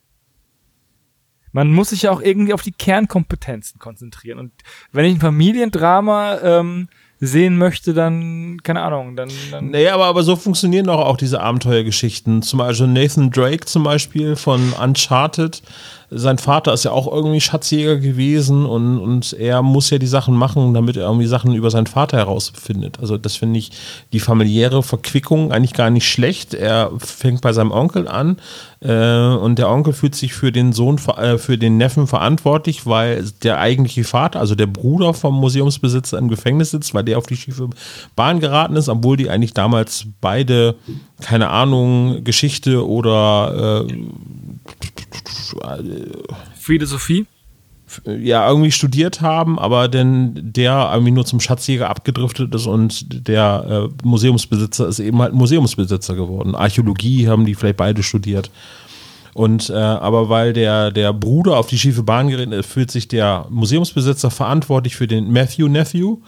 Speaker 5: Man muss sich ja auch irgendwie auf die Kernkompetenzen konzentrieren. Und wenn ich ein Familiendrama ähm, sehen möchte, dann, keine Ahnung, dann... dann
Speaker 6: Naja, aber, aber so funktionieren doch auch diese Abenteuergeschichten. Zum Beispiel Nathan Drake zum Beispiel von Uncharted. Sein Vater ist ja auch irgendwie Schatzjäger gewesen und, und er muss ja die Sachen machen, damit er irgendwie Sachen über seinen Vater herausfindet. Also das finde ich die familiäre Verquickung eigentlich gar nicht schlecht. Er fängt bei seinem Onkel an äh, und der Onkel fühlt sich für den Sohn, äh, für den Neffen verantwortlich, weil der eigentliche Vater, also der Bruder vom Museumsbesitzer im Gefängnis sitzt, weil der auf die schiefe Bahn geraten ist, obwohl die eigentlich damals beide, keine Ahnung, Geschichte oder äh,
Speaker 5: Philosophie?
Speaker 6: ja, irgendwie studiert haben, aber denn der irgendwie nur zum Schatzjäger abgedriftet ist und der äh, Museumsbesitzer ist eben halt Museumsbesitzer geworden. Archäologie haben die vielleicht beide studiert. Und äh, aber weil der, der Bruder auf die schiefe Bahn gerät ist, fühlt sich der Museumsbesitzer verantwortlich für den Matthew Nephew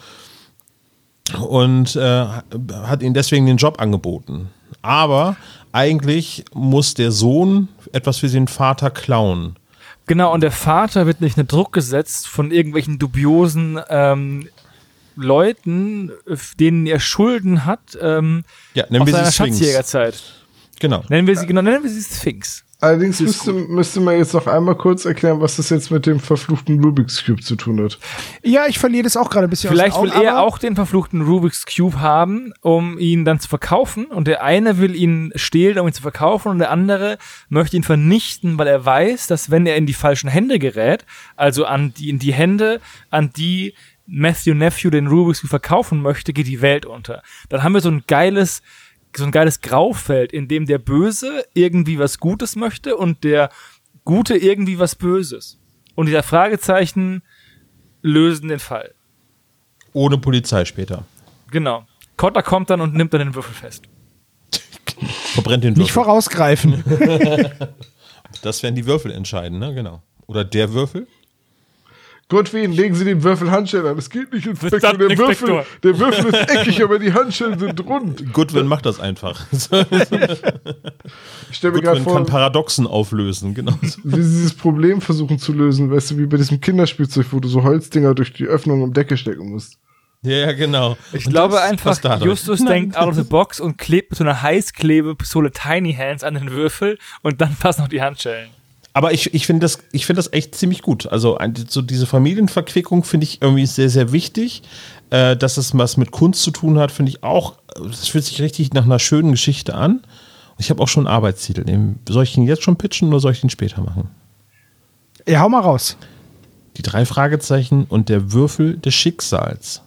Speaker 6: und äh, hat ihm deswegen den Job angeboten. Aber eigentlich muss der Sohn etwas für den Vater klauen.
Speaker 5: Genau, und der Vater wird nicht unter Druck gesetzt von irgendwelchen dubiosen ähm, Leuten, denen er Schulden hat, ähm,
Speaker 6: Ja, nennen
Speaker 5: aus
Speaker 6: wir sie
Speaker 5: seiner
Speaker 6: Sphinx.
Speaker 5: Schatzjägerzeit.
Speaker 6: Genau.
Speaker 5: Nennen wir sie, genau, nennen wir sie Sphinx.
Speaker 3: Allerdings müsste, müsste man jetzt noch einmal kurz erklären, was das jetzt mit dem verfluchten Rubik's Cube zu tun hat.
Speaker 4: Ja, ich verliere das auch gerade ein bisschen
Speaker 5: Vielleicht
Speaker 4: aus
Speaker 5: will
Speaker 4: den Augen,
Speaker 5: er
Speaker 4: aber-
Speaker 5: auch den verfluchten Rubik's Cube haben, um ihn dann zu verkaufen. Und der eine will ihn stehlen, um ihn zu verkaufen. Und der andere möchte ihn vernichten, weil er weiß, dass wenn er in die falschen Hände gerät, also an die, in die Hände, an die Matthew Nephew den Rubik's Cube verkaufen möchte, geht die Welt unter. Dann haben wir so ein geiles, so ein geiles Graufeld, in dem der Böse irgendwie was Gutes möchte und der Gute irgendwie was Böses. Und dieser Fragezeichen lösen den Fall.
Speaker 6: Ohne Polizei später.
Speaker 5: Genau. Kotter kommt dann und nimmt dann den Würfel fest.
Speaker 6: Verbrennt den Würfel.
Speaker 4: Nicht vorausgreifen.
Speaker 6: Das werden die Würfel entscheiden, ne? Genau. Oder der Würfel.
Speaker 3: Gottwin, legen Sie den Würfel Handschellen an. Es geht nicht, Inspektor.
Speaker 5: Verdammt,
Speaker 3: Der
Speaker 5: Inspektor.
Speaker 3: Würfel, der Würfel ist eckig, aber die Handschellen sind rund.
Speaker 6: Goodwin macht das einfach.
Speaker 3: Ich stelle mir gerade
Speaker 6: Goodwin
Speaker 3: vor,
Speaker 6: kann Paradoxen auflösen, genau.
Speaker 3: wie sie dieses Problem versuchen zu lösen. Weißt du, wie bei diesem Kinderspielzeug, wo du so Holzdinger durch die Öffnung im Deckel stecken musst.
Speaker 6: Ja, ja, genau.
Speaker 5: Ich
Speaker 6: Und
Speaker 5: glaube
Speaker 6: das
Speaker 5: einfach,
Speaker 6: passt dadurch.
Speaker 5: Justus denkt out of the box und klebt mit so einer Heißklebepistole Tiny Hands an den Würfel und dann passen noch die Handschellen.
Speaker 6: Aber ich, ich finde das, ich finde das echt ziemlich gut. Also ein, so diese Familienverquickung finde ich irgendwie sehr, sehr wichtig. Äh, dass es was mit Kunst zu tun hat, finde ich auch, das fühlt sich richtig nach einer schönen Geschichte an. Und ich habe auch schon einen Arbeitstitel. Soll ich ihn jetzt schon pitchen oder soll ich ihn später machen?
Speaker 4: Ja, hau mal raus.
Speaker 6: Die drei Fragezeichen und der Würfel des Schicksals.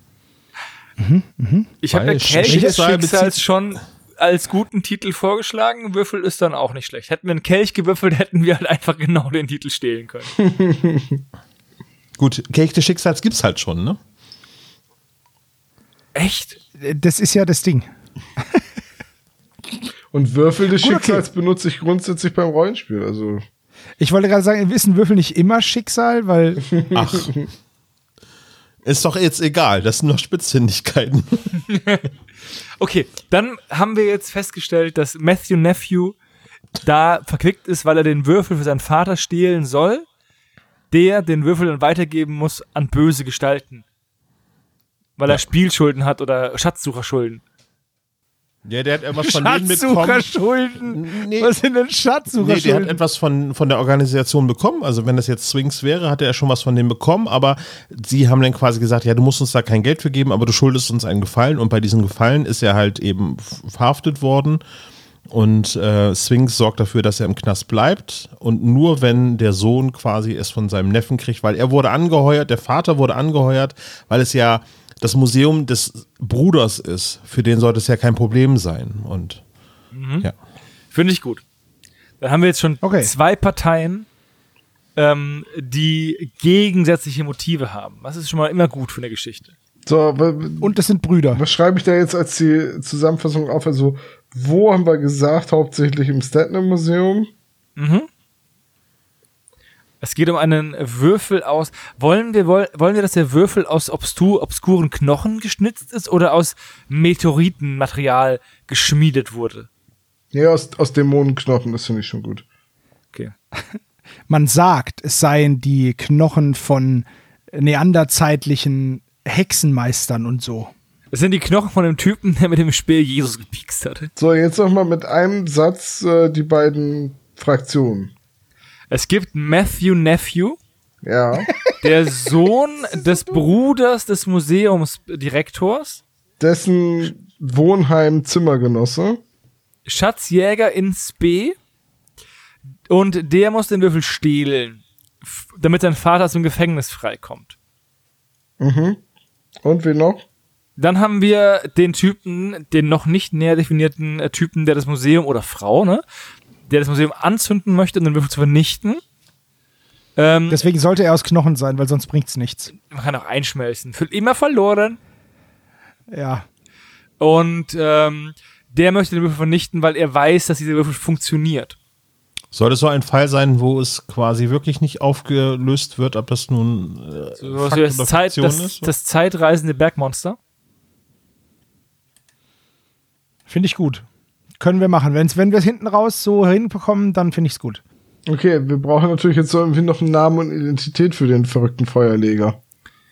Speaker 5: Ich habe
Speaker 6: Weil
Speaker 5: ja Kelch des
Speaker 6: Schicksal bezieht-
Speaker 5: Schicksals schon als guten Titel vorgeschlagen. Würfel ist dann auch nicht schlecht. Hätten wir einen Kelch gewürfelt, hätten wir halt einfach genau den Titel stehlen können.
Speaker 6: Gut, Kelch des Schicksals gibt's halt schon, ne?
Speaker 5: Echt?
Speaker 4: Das ist ja das Ding.
Speaker 3: Und Würfel des
Speaker 4: Gut, okay.
Speaker 3: Schicksals benutze ich grundsätzlich beim Rollenspiel. Also
Speaker 4: Ich wollte gerade sagen, ist ein Würfel nicht immer Schicksal, weil
Speaker 6: Ach. Ist doch jetzt egal, das sind noch Spitzfindigkeiten.
Speaker 5: Okay, dann haben wir jetzt festgestellt, dass Matthew Nephew da verquickt ist, weil er den Würfel für seinen Vater stehlen soll. der den Würfel dann weitergeben muss an böse Gestalten. Weil ja. er Spielschulden hat oder Schatzsucherschulden.
Speaker 6: Ja, der hat etwas von denen bekommen.
Speaker 4: Schatzsucherschulden? Nee. Was sind denn Schatzsucherschulden?
Speaker 6: Nee, der hat etwas von, von der Organisation bekommen. Also wenn das jetzt Sphinx wäre, hat er schon was von denen bekommen. Aber sie haben dann quasi gesagt, ja, du musst uns da kein Geld für geben, aber du schuldest uns einen Gefallen. Und bei diesem Gefallen ist er halt eben verhaftet worden. Und äh, Sphinx sorgt dafür, dass er im Knast bleibt. Und nur wenn der Sohn quasi es von seinem Neffen kriegt, weil er wurde angeheuert, der Vater wurde angeheuert, weil es ja das Museum des Bruders ist, für den sollte es ja kein Problem sein. Und
Speaker 5: mhm.
Speaker 6: ja.
Speaker 5: Finde ich gut. Dann haben wir jetzt schon okay. zwei Parteien, ähm, die gegensätzliche Motive haben. Das ist schon mal immer gut für eine Geschichte.
Speaker 3: So,
Speaker 4: und das sind Brüder.
Speaker 3: Was schreibe ich da jetzt als die Zusammenfassung auf? Also, wo haben wir gesagt? Hauptsächlich im Statler-Museum.
Speaker 5: Mhm. Es geht um einen Würfel aus. Wollen wir, wollen wir, dass der Würfel aus obskur, obskuren Knochen geschnitzt ist oder aus Meteoritenmaterial geschmiedet wurde?
Speaker 3: Ja, aus, aus Dämonenknochen, das finde ich schon gut.
Speaker 5: Okay.
Speaker 4: Man sagt, es seien die Knochen von neanderzeitlichen Hexenmeistern und so.
Speaker 5: Das sind die Knochen von dem Typen, der mit dem Speer Jesus gepiekst hatte.
Speaker 3: So, jetzt noch mal mit einem Satz äh, die beiden Fraktionen.
Speaker 5: Es gibt Matthew Nephew,
Speaker 3: ja.
Speaker 5: der Sohn des Bruders des Museumsdirektors,
Speaker 3: dessen Wohnheim Zimmergenosse,
Speaker 5: Schatzjäger in Spee, und der muss den Würfel stehlen, f- damit sein Vater aus dem Gefängnis freikommt.
Speaker 3: Mhm. Und wen noch?
Speaker 5: Dann haben wir den Typen, den noch nicht näher definierten äh, Typen, der das Museum, oder Frau, ne? der das Museum anzünden möchte, um den Würfel zu vernichten. Ähm,
Speaker 4: Deswegen sollte er aus Knochen sein, weil sonst bringt's nichts.
Speaker 5: Man kann auch einschmelzen. Für immer verloren.
Speaker 4: Ja.
Speaker 5: Und ähm, der möchte den Würfel vernichten, weil er weiß, dass dieser Würfel funktioniert.
Speaker 6: Soll das so ein Fall sein, wo es quasi wirklich nicht aufgelöst wird, ob das nun äh,
Speaker 5: so,
Speaker 6: Fakt
Speaker 5: das,
Speaker 6: oder
Speaker 5: Zeit,
Speaker 6: Fiktion
Speaker 5: das,
Speaker 6: ist?
Speaker 5: das zeitreisende Bergmonster.
Speaker 4: Finde ich gut. Können wir machen. Wenn's, wenn wir es hinten raus so hinbekommen, dann finde ich es gut.
Speaker 3: Okay, wir brauchen natürlich jetzt so irgendwie noch einen Namen und Identität für den verrückten Feuerleger.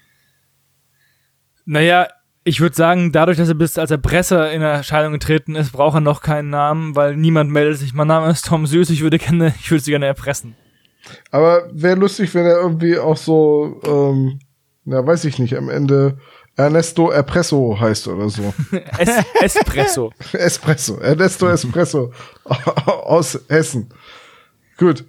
Speaker 5: Naja, ich würde sagen, dadurch, dass er bis als Erpresser in Erscheinung getreten ist, braucht er noch keinen Namen, weil niemand meldet sich. Mein Name ist Tom Süß, ich würde gerne, ich würde sie gerne erpressen.
Speaker 3: Aber wäre lustig, wenn er irgendwie auch so, ähm, na, weiß ich nicht, am Ende Ernesto Erpresso heißt oder so.
Speaker 5: es- Espresso.
Speaker 3: Espresso. Ernesto Espresso aus Hessen. Gut.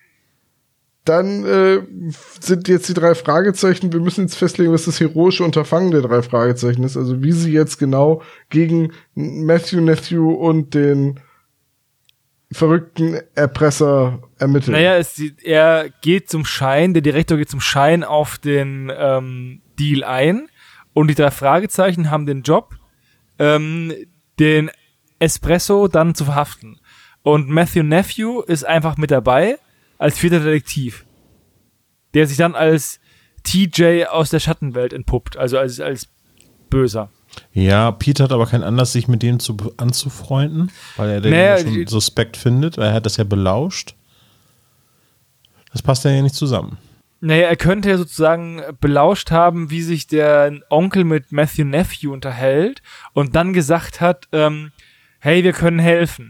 Speaker 3: Dann äh, sind jetzt die drei Fragezeichen. Wir müssen jetzt festlegen, was das heroische Unterfangen der drei Fragezeichen ist. Also wie sie jetzt genau gegen Matthew Nephew und den verrückten Erpresser ermitteln.
Speaker 5: Naja, es, er geht zum Schein, der Direktor geht zum Schein auf den ähm, Deal ein und die drei Fragezeichen haben den Job, ähm, den Espresso dann zu verhaften. Und Matthew Nephew ist einfach mit dabei als vierter Detektiv, der sich dann als T J aus der Schattenwelt entpuppt, also als, als Böser.
Speaker 6: Ja, Pete hat aber keinen Anlass, sich mit dem zu, anzufreunden, weil er den
Speaker 5: Naja,
Speaker 6: ja schon suspekt findet. Er hat das ja belauscht. Das passt ja nicht zusammen.
Speaker 5: Naja, er könnte ja sozusagen belauscht haben, wie sich der Onkel mit Matthew Nephew unterhält und dann gesagt hat, ähm, hey, wir können helfen.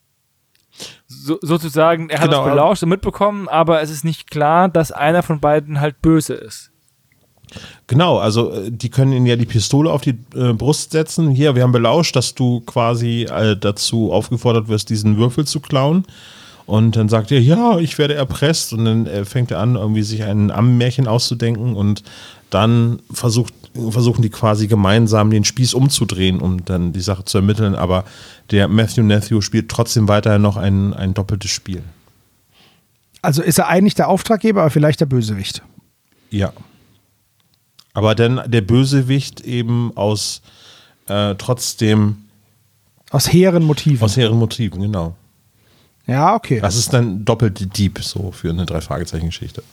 Speaker 5: So, sozusagen, er hat
Speaker 6: Genau.
Speaker 5: das belauscht und mitbekommen, aber es ist nicht klar, dass einer von beiden halt böse ist.
Speaker 6: Genau, also äh, die können ihnen ja die Pistole auf die äh, Brust setzen. Hier, wir haben belauscht, dass du quasi äh, dazu aufgefordert wirst, diesen Würfel zu klauen. Und dann sagt er, ja, ich werde erpresst. Und dann äh, fängt er an, irgendwie sich ein Ammenmärchen auszudenken. Und dann versucht, versuchen die quasi gemeinsam den Spieß umzudrehen, um dann die Sache zu ermitteln. Aber der Matthew Nephew spielt trotzdem weiterhin noch ein, ein doppeltes Spiel.
Speaker 4: Also ist er eigentlich der Auftraggeber, aber vielleicht der Bösewicht.
Speaker 6: Ja. Aber dann der Bösewicht eben aus äh, trotzdem
Speaker 4: Aus hehren Motiven.
Speaker 6: aus hehren Motiven, genau.
Speaker 4: Ja, okay.
Speaker 6: Das ist dann doppelt deep so für eine Drei-Fragezeichen-Geschichte.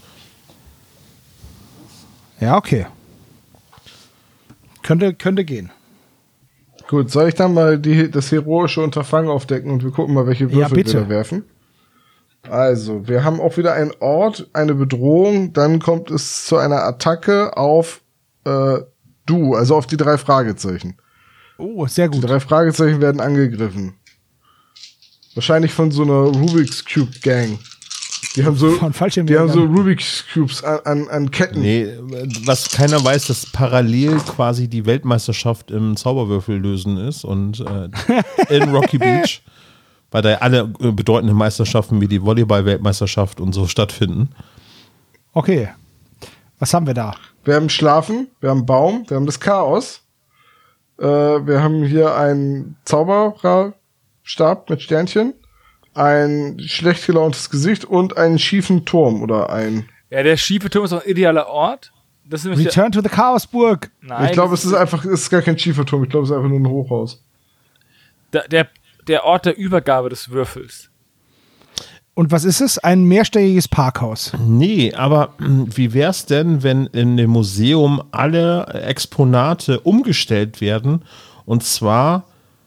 Speaker 4: Ja, okay. Könnte, könnte gehen.
Speaker 3: Gut, soll ich dann mal die, das heroische Unterfangen aufdecken und wir gucken mal, welche
Speaker 4: Ja,
Speaker 3: Würfel
Speaker 4: bitte.
Speaker 3: wir da werfen? Also, wir haben auch wieder einen Ort, eine Bedrohung, dann kommt es zu einer Attacke auf äh, du, also auf die drei Fragezeichen.
Speaker 4: Oh, sehr gut.
Speaker 3: Die drei Fragezeichen werden angegriffen. Wahrscheinlich von so einer Rubik's Cube Gang. Die haben so, die haben so Rubik's Cubes an, an, an Ketten.
Speaker 6: Nee, was keiner weiß, dass parallel quasi die Weltmeisterschaft im Zauberwürfel lösen ist und äh, in Rocky Beach, weil da alle bedeutenden Meisterschaften wie die Volleyball-Weltmeisterschaft und so stattfinden.
Speaker 4: Okay. Was haben wir da?
Speaker 3: Wir haben Schlafen, wir haben Baum, wir haben das Chaos. Äh, wir haben hier einen Zaubererstab mit Sternchen, ein schlecht gelauntes Gesicht und einen schiefen Turm oder ein...
Speaker 5: Ja, der schiefe Turm ist auch ein idealer Ort. Das ist
Speaker 4: Return to the Chaosburg.
Speaker 3: Nein, ich glaube, es ist einfach, es ist gar kein schiefer Turm. Ich glaube, es ist einfach nur ein Hochhaus.
Speaker 5: Der, der, der Ort der Übergabe des Würfels.
Speaker 4: Und was ist es? Ein mehrstöckiges Parkhaus.
Speaker 6: Nee, aber wie wär's denn, wenn in dem Museum alle Exponate umgestellt werden? Und zwar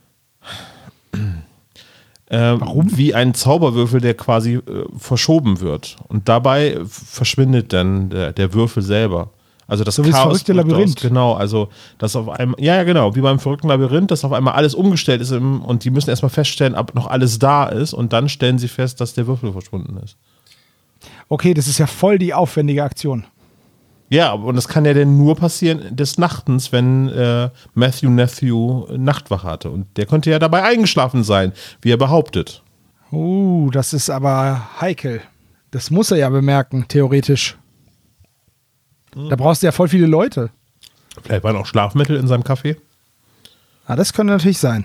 Speaker 6: äh, Warum? Wie ein Zauberwürfel, der quasi äh, verschoben wird. Und dabei verschwindet dann der, der Würfel selber. Also das
Speaker 4: so wie das verrückte Labyrinth.
Speaker 6: Aus, genau, also das auf einmal, ja, ja, genau, wie beim verrückten Labyrinth, dass auf einmal alles umgestellt ist im, und die müssen erstmal feststellen, ob noch alles da ist und dann stellen sie fest, dass der Würfel verschwunden ist.
Speaker 4: Okay, das ist ja voll die aufwendige Aktion.
Speaker 6: Ja, und das kann ja dann nur passieren des Nachtens, wenn äh, Matthew Nephew Nachtwache hatte. Und der könnte ja dabei eingeschlafen sein, wie er behauptet.
Speaker 4: Uh, das ist aber heikel. Das muss er ja bemerken, theoretisch. Da brauchst du ja voll viele Leute.
Speaker 6: Vielleicht waren auch Schlafmittel in seinem Kaffee.
Speaker 4: Ah, das könnte natürlich sein.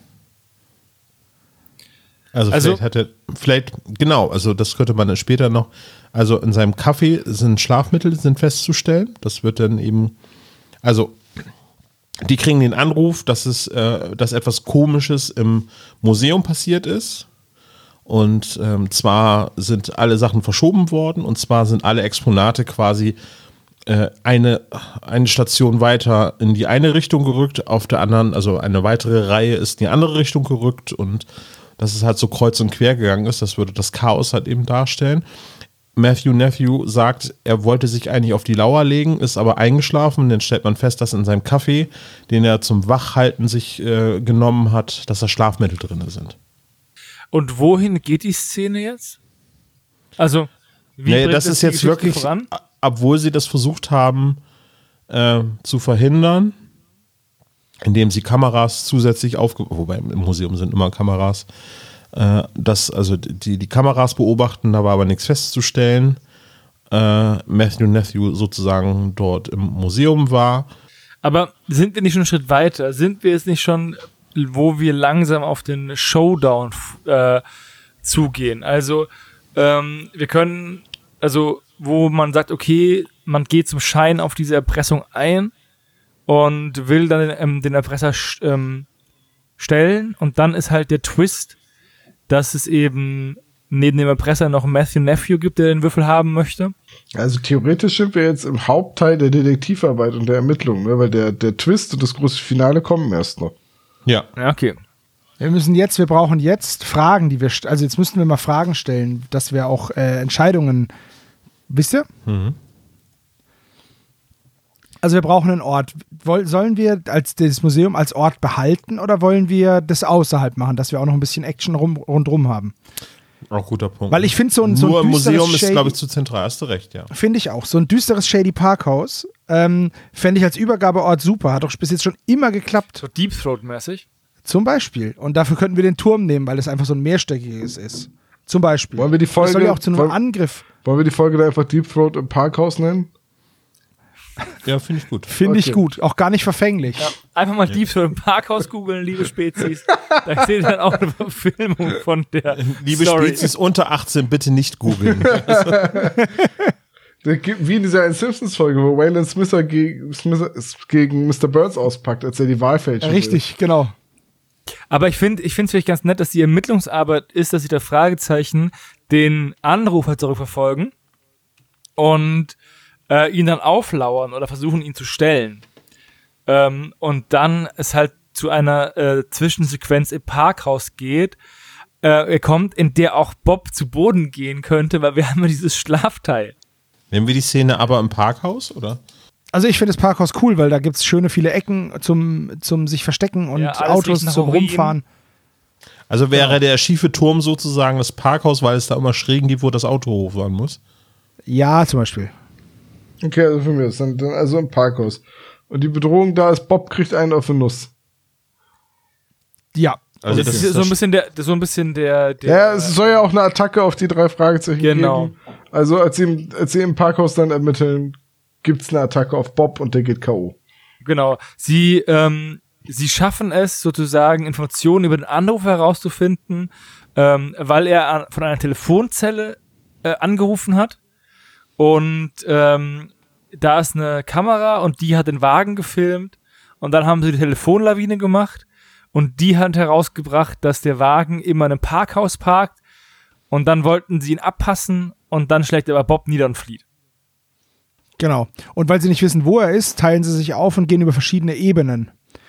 Speaker 6: Also, also vielleicht hatte, vielleicht, genau, also das könnte man dann später noch, also in seinem Kaffee sind Schlafmittel, sind festzustellen. Das wird dann eben, also die kriegen den Anruf, dass es, äh, dass etwas Komisches im Museum passiert ist. Und ähm, zwar sind alle Sachen verschoben worden und zwar sind alle Exponate quasi Eine, eine Station weiter in die eine Richtung gerückt, auf der anderen, also eine weitere Reihe ist in die andere Richtung gerückt und dass es halt so kreuz und quer gegangen ist, das würde das Chaos halt eben darstellen. Matthew Nephew sagt, er wollte sich eigentlich auf die Lauer legen, ist aber eingeschlafen, dann stellt man fest, dass in seinem Kaffee, den er zum Wachhalten sich äh, genommen hat, dass da Schlafmittel drin sind.
Speaker 5: Und wohin geht die Szene jetzt? Also, wie
Speaker 6: nee, das ist jetzt wirklich voran? Obwohl sie das versucht haben äh, zu verhindern, indem sie Kameras zusätzlich aufge... Wobei im Museum sind immer Kameras. Äh, dass also die, die Kameras beobachten, da war aber nichts festzustellen. Äh, Matthew Nephew sozusagen dort im Museum war.
Speaker 5: Aber sind wir nicht schon einen Schritt weiter? Sind wir jetzt nicht schon, wo wir langsam auf den Showdown äh, zugehen? Also ähm, wir können... Also wo man sagt, okay, man geht zum Schein auf diese Erpressung ein und will dann ähm, den Erpresser ähm, stellen und dann ist halt der Twist, dass es eben neben dem Erpresser noch Matthew Nephew gibt, der den Würfel haben möchte.
Speaker 3: Also theoretisch sind wir jetzt im Hauptteil der Detektivarbeit und der Ermittlungen, ne? Weil der, der Twist und das große Finale kommen erst noch.
Speaker 6: Ja.
Speaker 5: Ja, okay.
Speaker 4: Wir müssen jetzt, wir brauchen jetzt Fragen, die wir, also jetzt müssten wir mal Fragen stellen, dass wir auch äh, Entscheidungen. Wisst ihr? Mhm. Also wir brauchen einen Ort. Woll, sollen wir als das Museum als Ort behalten oder wollen wir das außerhalb machen, dass wir auch noch ein bisschen Action rum, rundrum haben?
Speaker 6: Auch guter Punkt.
Speaker 4: Weil ich finde so ein, so ein
Speaker 6: Nur im Museum
Speaker 4: Shady,
Speaker 6: ist, glaube ich, zu zentral. Hast du recht, ja.
Speaker 4: Finde ich auch. So ein düsteres Shady Parkhaus ähm, fände ich als Übergabeort super. Hat doch bis jetzt schon immer geklappt.
Speaker 5: So Deep Throat-mäßig?
Speaker 4: Zum Beispiel. Und dafür könnten wir den Turm nehmen, weil es einfach so ein mehrstöckiges ist. Zum Beispiel.
Speaker 3: Wollen wir die Folge,
Speaker 4: das soll ja auch zu einem
Speaker 3: wollen,
Speaker 4: Angriff.
Speaker 3: Wollen wir die Folge da einfach Deep Throat im Parkhaus nennen?
Speaker 6: Ja, finde ich gut.
Speaker 4: Finde
Speaker 3: okay.
Speaker 4: ich gut. Auch gar nicht verfänglich.
Speaker 5: Ja, einfach mal ja. Deep Throat im Parkhaus googeln, liebe Spezies. Da seht ihr dann auch eine Verfilmung von der
Speaker 6: Liebe
Speaker 5: Story.
Speaker 6: Spezies unter achtzehn, bitte nicht googeln.
Speaker 3: Wie in dieser Simpsons-Folge, wo Waylon Smither gegen, Smith gegen Mister Burns auspackt, als er die Wahl fälscht.
Speaker 4: Richtig, will. Genau.
Speaker 5: Aber ich finde ich finde es vielleicht ganz nett, dass die Ermittlungsarbeit ist, dass sie da Fragezeichen den Anrufer zurückverfolgen und äh, ihn dann auflauern oder versuchen, ihn zu stellen. Ähm, und dann es halt zu einer äh, Zwischensequenz im Parkhaus geht, äh, kommt, in der auch Bob zu Boden gehen könnte, weil wir haben ja dieses Schlafteil.
Speaker 6: Nehmen wir die Szene aber im Parkhaus, oder?
Speaker 4: Also ich finde das Parkhaus cool, weil da gibt es schöne viele Ecken zum, zum sich verstecken und
Speaker 5: Ja, alles
Speaker 4: Autos
Speaker 5: riecht nach
Speaker 4: zum
Speaker 5: Urin.
Speaker 4: Rumfahren.
Speaker 6: Also wäre der schiefe Turm sozusagen das Parkhaus, weil es da immer Schrägen gibt, wo das Auto hochfahren muss?
Speaker 4: Ja, zum Beispiel.
Speaker 3: Okay, also für mich ist dann, dann also im Parkhaus. Und die Bedrohung da ist, Bob kriegt einen auf die Nuss.
Speaker 4: Ja.
Speaker 6: Also
Speaker 5: das,
Speaker 6: das
Speaker 5: ist
Speaker 6: ist
Speaker 5: so ein
Speaker 6: das-
Speaker 5: bisschen der, so ein bisschen der, der
Speaker 3: Ja, es soll ja auch eine Attacke auf die drei Fragezeichen
Speaker 5: Genau.
Speaker 3: geben. Also als sie, als sie im Parkhaus dann ermitteln, gibt's eine Attacke auf Bob und der geht K O.
Speaker 5: Genau. Sie, ähm, sie schaffen es sozusagen, Informationen über den Anrufer herauszufinden, ähm, weil er an, von einer Telefonzelle äh, angerufen hat. Und ähm, da ist eine Kamera und die hat den Wagen gefilmt. Und dann haben sie die Telefonlawine gemacht. Und die hat herausgebracht, dass der Wagen immer in einem Parkhaus parkt. Und dann wollten sie ihn abpassen. Und dann schlägt aber Bob nieder und flieht.
Speaker 4: Genau. Und weil sie nicht wissen, wo er ist, teilen sie sich auf und gehen über verschiedene Ebenen.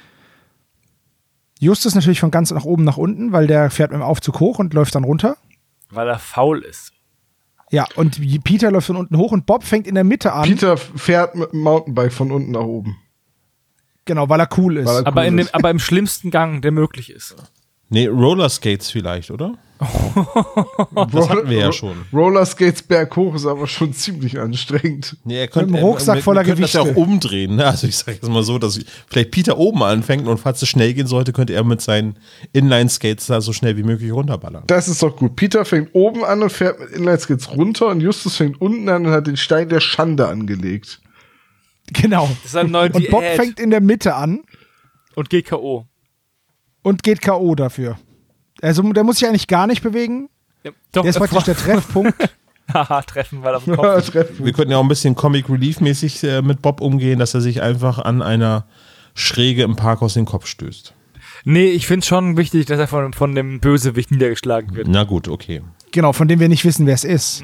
Speaker 4: Justus natürlich von ganz nach oben nach unten, weil der fährt mit dem Aufzug hoch und läuft dann runter.
Speaker 5: Weil er faul ist.
Speaker 4: Ja, und Peter läuft von unten hoch und Bob fängt in der Mitte an.
Speaker 3: Peter fährt mit dem Mountainbike von unten nach oben.
Speaker 4: Genau, weil er cool ist.
Speaker 3: Weil er-
Speaker 5: Aber,
Speaker 3: cool
Speaker 5: in dem,
Speaker 3: ist.
Speaker 5: aber im schlimmsten Gang, der möglich ist.
Speaker 6: Nee, Rollerskates vielleicht, oder? Das hatten wir ja schon.
Speaker 3: Rollerskates berghoch ist aber schon ziemlich anstrengend.
Speaker 6: Nee, er
Speaker 4: Mit einem Rucksack voller
Speaker 6: wir, wir können das ja auch
Speaker 4: Gewichte.
Speaker 6: umdrehen. Ne? Also ich sage jetzt mal so, dass vielleicht Peter oben anfängt und falls es schnell gehen sollte, könnte er mit seinen Inline-Skates da so schnell wie möglich runterballern.
Speaker 3: Das ist doch gut. Peter fängt oben an und fährt mit Inlineskates runter und Justus fängt unten an und hat den Stein der Schande angelegt.
Speaker 4: Genau.
Speaker 5: Das ist ein neuer
Speaker 4: Und Bob
Speaker 5: Diät.
Speaker 4: fängt in der Mitte an
Speaker 5: Und geht K O.
Speaker 4: und geht K O dafür. Also der muss sich eigentlich gar nicht bewegen.
Speaker 5: Ja, doch,
Speaker 4: Der ist praktisch der Treffpunkt.
Speaker 5: Haha, treffen, weil er auf dem Kopf ist.
Speaker 3: Treffen.
Speaker 6: Wir könnten ja auch ein bisschen Comic Relief-mäßig äh, mit Bob umgehen, dass er sich einfach an einer Schräge im Parkhaus den Kopf stößt.
Speaker 5: Nee, ich finde es schon wichtig, dass er von, von dem Bösewicht niedergeschlagen wird.
Speaker 6: Na gut, okay.
Speaker 4: Genau, von dem wir nicht wissen, wer es ist.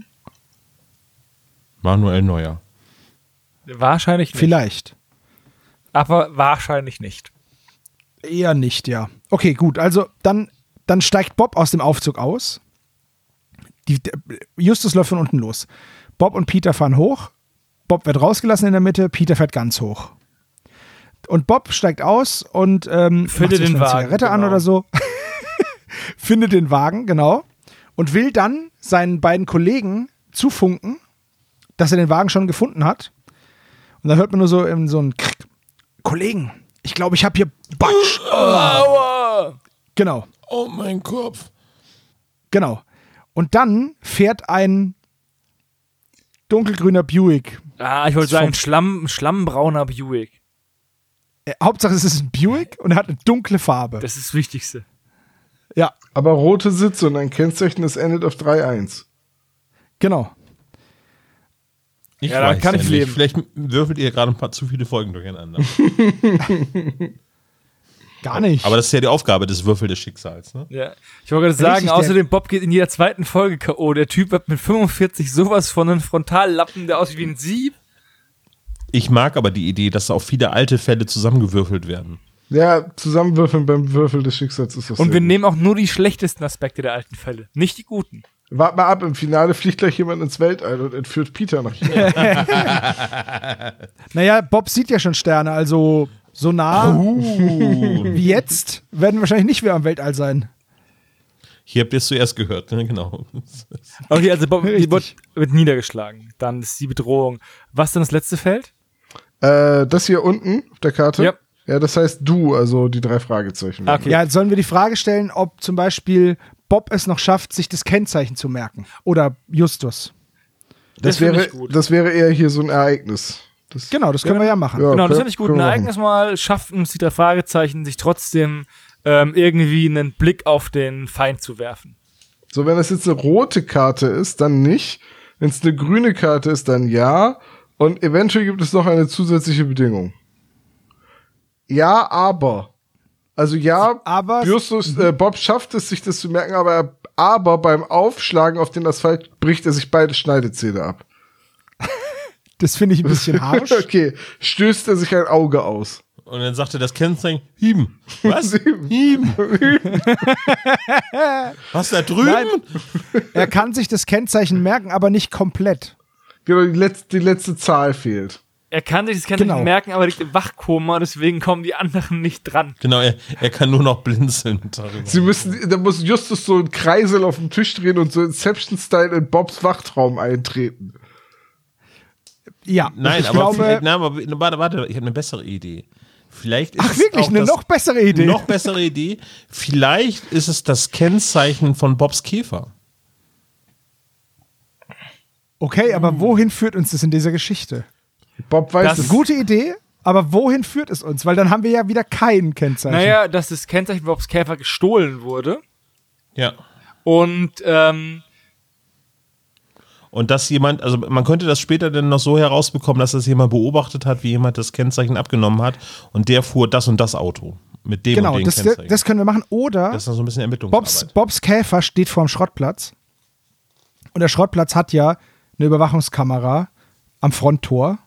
Speaker 6: Manuel Neuer.
Speaker 5: Wahrscheinlich nicht.
Speaker 4: Vielleicht.
Speaker 5: Aber wahrscheinlich nicht.
Speaker 4: Eher nicht, ja. Okay, gut. Also dann, dann steigt Bob aus dem Aufzug aus. Die, der, Justus läuft von unten los. Bob und Peter fahren hoch. Bob wird rausgelassen in der Mitte. Peter fährt ganz hoch. Und Bob steigt aus und ähm,
Speaker 5: Findet
Speaker 4: macht sich
Speaker 5: den
Speaker 4: eine
Speaker 5: Wagen,
Speaker 4: Zigarette an
Speaker 5: genau.
Speaker 4: oder so. Findet den Wagen, genau. Und will dann seinen beiden Kollegen zufunken, dass er den Wagen schon gefunden hat. Und dann hört man nur so, in so ein Krick. Kollegen, ich glaube, ich habe hier Batsch.
Speaker 5: Aua!
Speaker 4: Genau,
Speaker 6: Oh, mein Kopf.
Speaker 4: genau. Und dann fährt ein dunkelgrüner Buick.
Speaker 5: Ah, ich wollte
Speaker 4: Vom-
Speaker 5: sagen, Schlamm, schlammbrauner Buick.
Speaker 4: Äh, Hauptsache, es ist ein Buick und er hat eine dunkle Farbe.
Speaker 5: Das ist das Wichtigste.
Speaker 4: Ja,
Speaker 3: Aber rote Sitze und ein Kennzeichen, das endet auf drei eins.
Speaker 4: genau.
Speaker 6: Ich
Speaker 5: Ja, damit kann ich
Speaker 6: nicht.
Speaker 5: leben.
Speaker 6: Vielleicht würfelt ihr gerade ein paar zu viele Folgen durcheinander.
Speaker 4: Gar nicht.
Speaker 6: Aber das ist ja die Aufgabe des Würfel des Schicksals. Ne?
Speaker 5: Ja. Ich wollte gerade sagen,
Speaker 4: Richtig, der-
Speaker 5: außerdem, Bob geht in jeder zweiten Folge K O. Der Typ hat mit fünfundvierzig sowas von einem Frontallappen, der aussieht wie ein Sieb.
Speaker 6: Ich mag aber die Idee, dass auch viele alte Fälle zusammengewürfelt werden.
Speaker 3: Ja, zusammenwürfeln beim Würfel des Schicksals ist das
Speaker 5: Und
Speaker 3: sehr
Speaker 5: wir
Speaker 3: gut.
Speaker 5: nehmen auch nur die schlechtesten Aspekte der alten Fälle, nicht die guten.
Speaker 3: Wart mal ab, im Finale fliegt gleich jemand ins Weltall und entführt Peter nach China.
Speaker 4: Naja, Bob sieht ja schon Sterne, also so nah wie jetzt werden wahrscheinlich nicht mehr am Weltall sein.
Speaker 6: Hier habt ihr es zuerst gehört, ne? Genau.
Speaker 5: Okay, also Bob
Speaker 4: Richtig.
Speaker 5: wird, wird niedergeschlagen. Dann ist die Bedrohung. Was dann das letzte Feld?
Speaker 3: äh, das hier unten auf der Karte?
Speaker 5: Ja.
Speaker 3: Ja, das heißt du, also die drei Fragezeichen.
Speaker 5: Okay.
Speaker 4: Ja, sollen wir die Frage stellen, ob zum Beispiel Bob es noch schafft, sich das Kennzeichen zu merken? Oder Justus?
Speaker 3: Das,
Speaker 5: Das find
Speaker 3: wäre,
Speaker 5: ich gut.
Speaker 3: das wäre eher hier so ein Ereignis. Das,
Speaker 4: Genau, das können wir ja machen.
Speaker 3: Ja,
Speaker 5: Genau, das
Speaker 3: können-
Speaker 5: finde ich gut.
Speaker 3: können
Speaker 5: Ein
Speaker 3: wir
Speaker 5: Ereignis mal schaffen es die drei Fragezeichen, sich trotzdem ähm, irgendwie einen Blick auf den Feind zu werfen.
Speaker 3: So, wenn das jetzt eine rote Karte ist, dann nicht. Wenn es eine grüne Karte ist, dann ja. Und eventuell gibt es noch eine zusätzliche Bedingung. Ja, aber. Also ja,
Speaker 4: Aber-
Speaker 3: Justus, äh, Bob schafft es, sich das zu merken, aber, er, aber beim Aufschlagen auf den Asphalt bricht er sich beide Schneidezähne ab.
Speaker 4: Das finde ich ein bisschen harsch.
Speaker 3: Okay, stößt er sich ein Auge aus.
Speaker 6: Und dann sagte das Kennzeichen, Hieben. Was? Hieben. Was da drüben?
Speaker 4: Nein. Er kann sich das Kennzeichen merken, aber nicht komplett.
Speaker 3: Genau, die letzte, die letzte Zahl fehlt.
Speaker 5: Er kann sich das Kennzeichen
Speaker 4: Genau.
Speaker 5: merken, aber liegt im Wachkoma, deswegen kommen die anderen nicht dran.
Speaker 6: Genau, er, er kann nur noch blinzeln darüber.
Speaker 3: Sie müssen, da muss Justus so einen Kreisel auf dem Tisch drehen und so Inception-Style in Bobs Wachtraum eintreten.
Speaker 4: Ja,
Speaker 6: Nein,
Speaker 4: ich
Speaker 6: aber,
Speaker 4: glaube,
Speaker 6: vielleicht, na, aber warte, warte, ich habe eine bessere Idee. Vielleicht ist
Speaker 4: ach
Speaker 6: es
Speaker 4: wirklich,
Speaker 6: auch
Speaker 4: eine
Speaker 6: das,
Speaker 4: noch bessere Idee.
Speaker 6: noch bessere Idee. Vielleicht ist es das Kennzeichen von Bobs Käfer.
Speaker 4: Okay, aber wohin führt uns das in dieser Geschichte?
Speaker 3: Bob weiß
Speaker 5: Das
Speaker 3: es.
Speaker 4: Ist eine gute Idee, aber wohin führt es uns? Weil dann haben wir ja wieder kein Kennzeichen.
Speaker 5: Naja, dass das Kennzeichen Bobs Käfer gestohlen wurde.
Speaker 6: Ja.
Speaker 5: Und ähm,
Speaker 6: Und dass jemand, also man könnte das später dann noch so herausbekommen, dass das jemand beobachtet hat, wie jemand das Kennzeichen abgenommen hat und der fuhr das und das Auto mit dem
Speaker 4: genau,
Speaker 6: und dem
Speaker 4: das,
Speaker 6: Kennzeichen.
Speaker 4: das können wir machen. Oder
Speaker 6: das ist dann so ein bisschen
Speaker 4: Bobs,
Speaker 6: Ermittlungsarbeit.
Speaker 4: Bobs Käfer steht vor dem Schrottplatz. Und der Schrottplatz hat ja eine Überwachungskamera am Fronttor.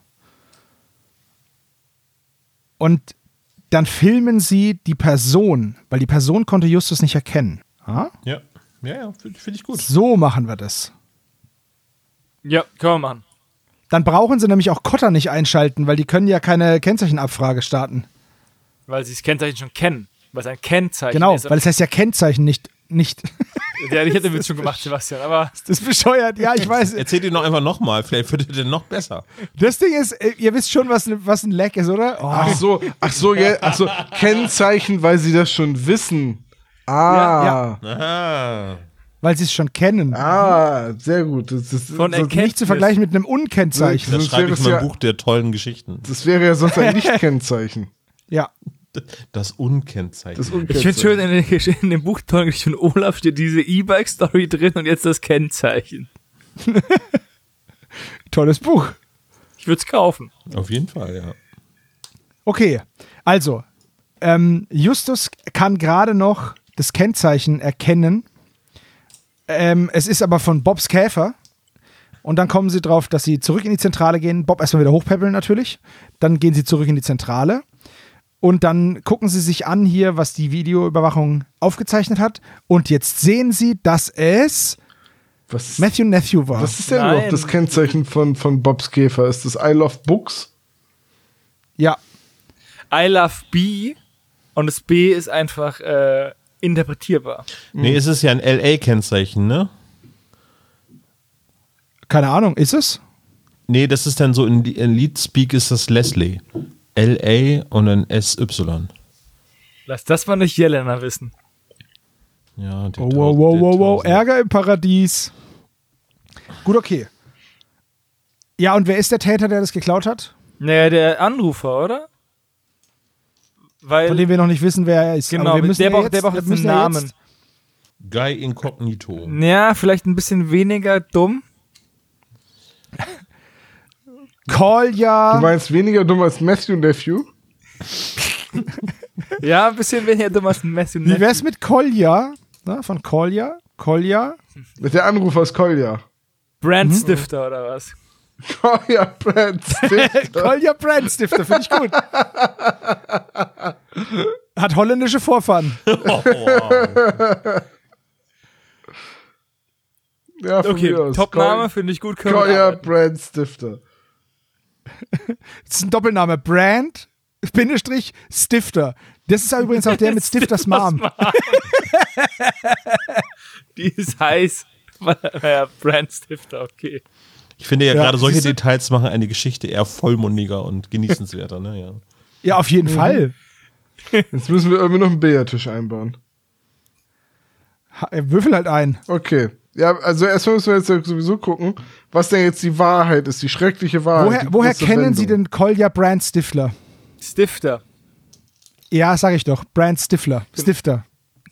Speaker 4: Und dann filmen sie die Person, weil die Person konnte Justus nicht erkennen. Ha?
Speaker 6: Ja, ja, ja finde find ich gut.
Speaker 4: So machen wir das.
Speaker 5: ja, können wir machen.
Speaker 4: Dann brauchen sie nämlich auch Kotter nicht einschalten, weil die können ja keine Kennzeichenabfrage starten.
Speaker 5: Weil sie das Kennzeichen schon kennen. Weil es ein Kennzeichen
Speaker 4: Genau,
Speaker 5: ist.
Speaker 4: weil es heißt ja Kennzeichen, nicht. nicht.
Speaker 5: Ja, ich hätte den Witz schon gemacht, Sebastian, aber
Speaker 4: Das ist bescheuert, ja, ich weiß.
Speaker 6: Erzählt ihr noch einfach nochmal, vielleicht wird er denn noch besser.
Speaker 4: Das Ding ist, äh, ihr wisst schon, was, was ein Leck ist, oder? Oh.
Speaker 3: Ach so, ach so, ja, ach so, Kennzeichen, weil sie das schon wissen. Ah,
Speaker 4: Ja,
Speaker 6: Aha.
Speaker 4: Weil sie es schon kennen.
Speaker 3: ah, sehr gut. Das, das,
Speaker 5: Von
Speaker 3: das,
Speaker 5: Erkenntnis.
Speaker 4: Nicht zu vergleichen mit einem Unkennzeichen.
Speaker 6: Das
Speaker 3: Sonst
Speaker 6: schreibe
Speaker 3: wäre
Speaker 6: ich
Speaker 3: es
Speaker 6: in
Speaker 3: ja-
Speaker 6: mein Buch der tollen Geschichten.
Speaker 3: das wäre ja sonst ein Nicht-Kennzeichen.
Speaker 4: Ja.
Speaker 6: Das Unkennzeichen.
Speaker 3: Das
Speaker 5: ich finde
Speaker 3: Unkennzeichen.
Speaker 5: schön, in, den- in dem Buch von Olaf steht diese E-Bike-Story drin und jetzt das Kennzeichen.
Speaker 4: Tolles Buch.
Speaker 5: Ich würde es kaufen.
Speaker 6: Auf jeden Fall, ja.
Speaker 4: Okay, also, ähm, Justus kann gerade noch das Kennzeichen erkennen. Ähm, es ist aber von Bobs Käfer. Und dann kommen sie drauf, dass sie zurück in die Zentrale gehen. Bob erstmal wieder hochpäppeln natürlich. Dann gehen sie zurück in die Zentrale. Und dann gucken sie sich an hier, was die Videoüberwachung aufgezeichnet hat. Und jetzt sehen sie, dass es
Speaker 3: Was,
Speaker 4: Matthew Nephew war.
Speaker 3: was ist denn
Speaker 5: Nein.
Speaker 3: überhaupt das Kennzeichen von, von Bobs Käfer? Ist das I Love Books?
Speaker 4: Ja,
Speaker 5: I love B und das B ist einfach äh, interpretierbar.
Speaker 6: Nee, es ist ja ein L A-Kennzeichen, ne?
Speaker 4: keine Ahnung, ist es?
Speaker 6: Nee, das ist dann so, in, in Lead-Speak ist das Leslie. L A und dann S Y.
Speaker 5: Lass das mal nicht Jelena wissen.
Speaker 6: Ja, der
Speaker 4: Oh,
Speaker 6: Tau-
Speaker 4: wow, wow,
Speaker 6: der
Speaker 4: wow, wow,
Speaker 6: Tausend.
Speaker 4: Ärger im Paradies. Gut, okay. Ja, und wer ist der Täter, der das geklaut hat?
Speaker 5: Naja, der Anrufer, oder? Weil,
Speaker 4: Von dem wir noch nicht wissen, wer er ist.
Speaker 5: genau,
Speaker 4: Aber wir müssen
Speaker 5: der
Speaker 4: ja
Speaker 5: braucht,
Speaker 4: jetzt,
Speaker 5: der braucht
Speaker 4: wir
Speaker 5: jetzt
Speaker 4: müssen
Speaker 5: einen
Speaker 4: ja
Speaker 5: Namen.
Speaker 4: Jetzt,
Speaker 6: Guy Incognito.
Speaker 5: Ja, vielleicht ein bisschen weniger dumm.
Speaker 4: Kolja.
Speaker 3: Du meinst weniger dumm als Matthew Nephew?
Speaker 5: Ja, ein bisschen weniger dumm als ein Matthew
Speaker 4: Wie wär's mit Kolja? Na, von Kolja? Kolja?
Speaker 3: Mit der Anrufer ist Kolja.
Speaker 5: Brandstifter oder was?
Speaker 3: Kolja Brand Stifter.
Speaker 4: Kolja Brandstifter, finde ich gut. Hat holländische Vorfahren.
Speaker 3: Ja, von
Speaker 5: Okay,
Speaker 3: mir aus.
Speaker 5: Top-Name finde ich gut. können wir
Speaker 3: Kolja
Speaker 5: arbeiten.
Speaker 3: Brand Stifter.
Speaker 4: Das ist ein Doppelname. Brand, Bindestrich, Stifter. Das ist übrigens auch der mit Stifters Mom.
Speaker 5: Die ist heiß. Ja, Brandstifter, okay.
Speaker 6: Ich finde ja,
Speaker 4: Ja,
Speaker 6: gerade solche
Speaker 4: siehst du?
Speaker 6: Details machen eine Geschichte eher vollmundiger und genießenswerter. Ne? Ja.
Speaker 4: Ja, auf jeden Fall.
Speaker 3: Jetzt müssen wir irgendwie noch einen Billardtisch einbauen.
Speaker 4: Ha- Würfel halt ein.
Speaker 3: Okay. Ja, also erstmal müssen wir jetzt ja sowieso gucken, was denn jetzt die Wahrheit ist, die schreckliche Wahrheit.
Speaker 4: Woher,
Speaker 3: die
Speaker 4: woher
Speaker 3: große
Speaker 4: kennen Sie
Speaker 3: Wendung.
Speaker 4: den Kolja Brand Stifler?
Speaker 5: Stifter.
Speaker 4: Ja, sag ich doch. Brand Stifler. Stifter.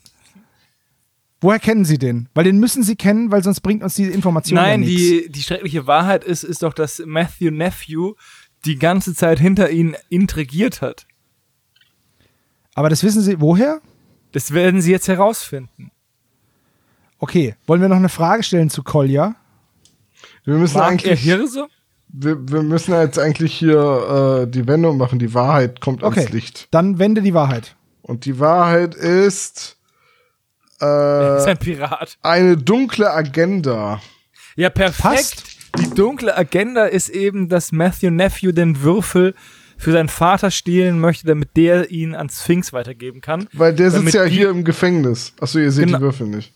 Speaker 4: Woher kennen Sie den? Weil den müssen Sie kennen, weil sonst bringt uns diese Information
Speaker 5: Nein,
Speaker 4: ja nichts.
Speaker 5: die, die schreckliche Wahrheit ist, ist doch, dass Matthew Nephew die ganze Zeit hinter ihnen intrigiert hat.
Speaker 4: Aber das wissen Sie woher?
Speaker 5: Das werden sie jetzt herausfinden.
Speaker 4: Okay, wollen wir noch eine Frage stellen zu Kolja?
Speaker 3: Wir müssen
Speaker 5: Mag er
Speaker 3: eigentlich.
Speaker 5: Hirse?
Speaker 3: wir, wir müssen ja jetzt eigentlich hier äh, die Wendung machen. Die Wahrheit kommt
Speaker 4: Okay,
Speaker 3: ans Licht.
Speaker 4: dann wende die Wahrheit.
Speaker 3: Und die Wahrheit ist äh,
Speaker 5: ist ein Pirat.
Speaker 3: eine dunkle Agenda.
Speaker 5: Ja, perfekt.
Speaker 4: Passt.
Speaker 5: Die dunkle Agenda ist eben, dass Matthew Nephew den Würfel für seinen Vater stehlen möchte, damit der ihn an Sphinx weitergeben kann.
Speaker 3: Weil der sitzt
Speaker 5: Damit
Speaker 3: ja
Speaker 5: die-
Speaker 3: hier im Gefängnis. Achso, ihr seht
Speaker 5: Genau.
Speaker 3: die Würfel nicht.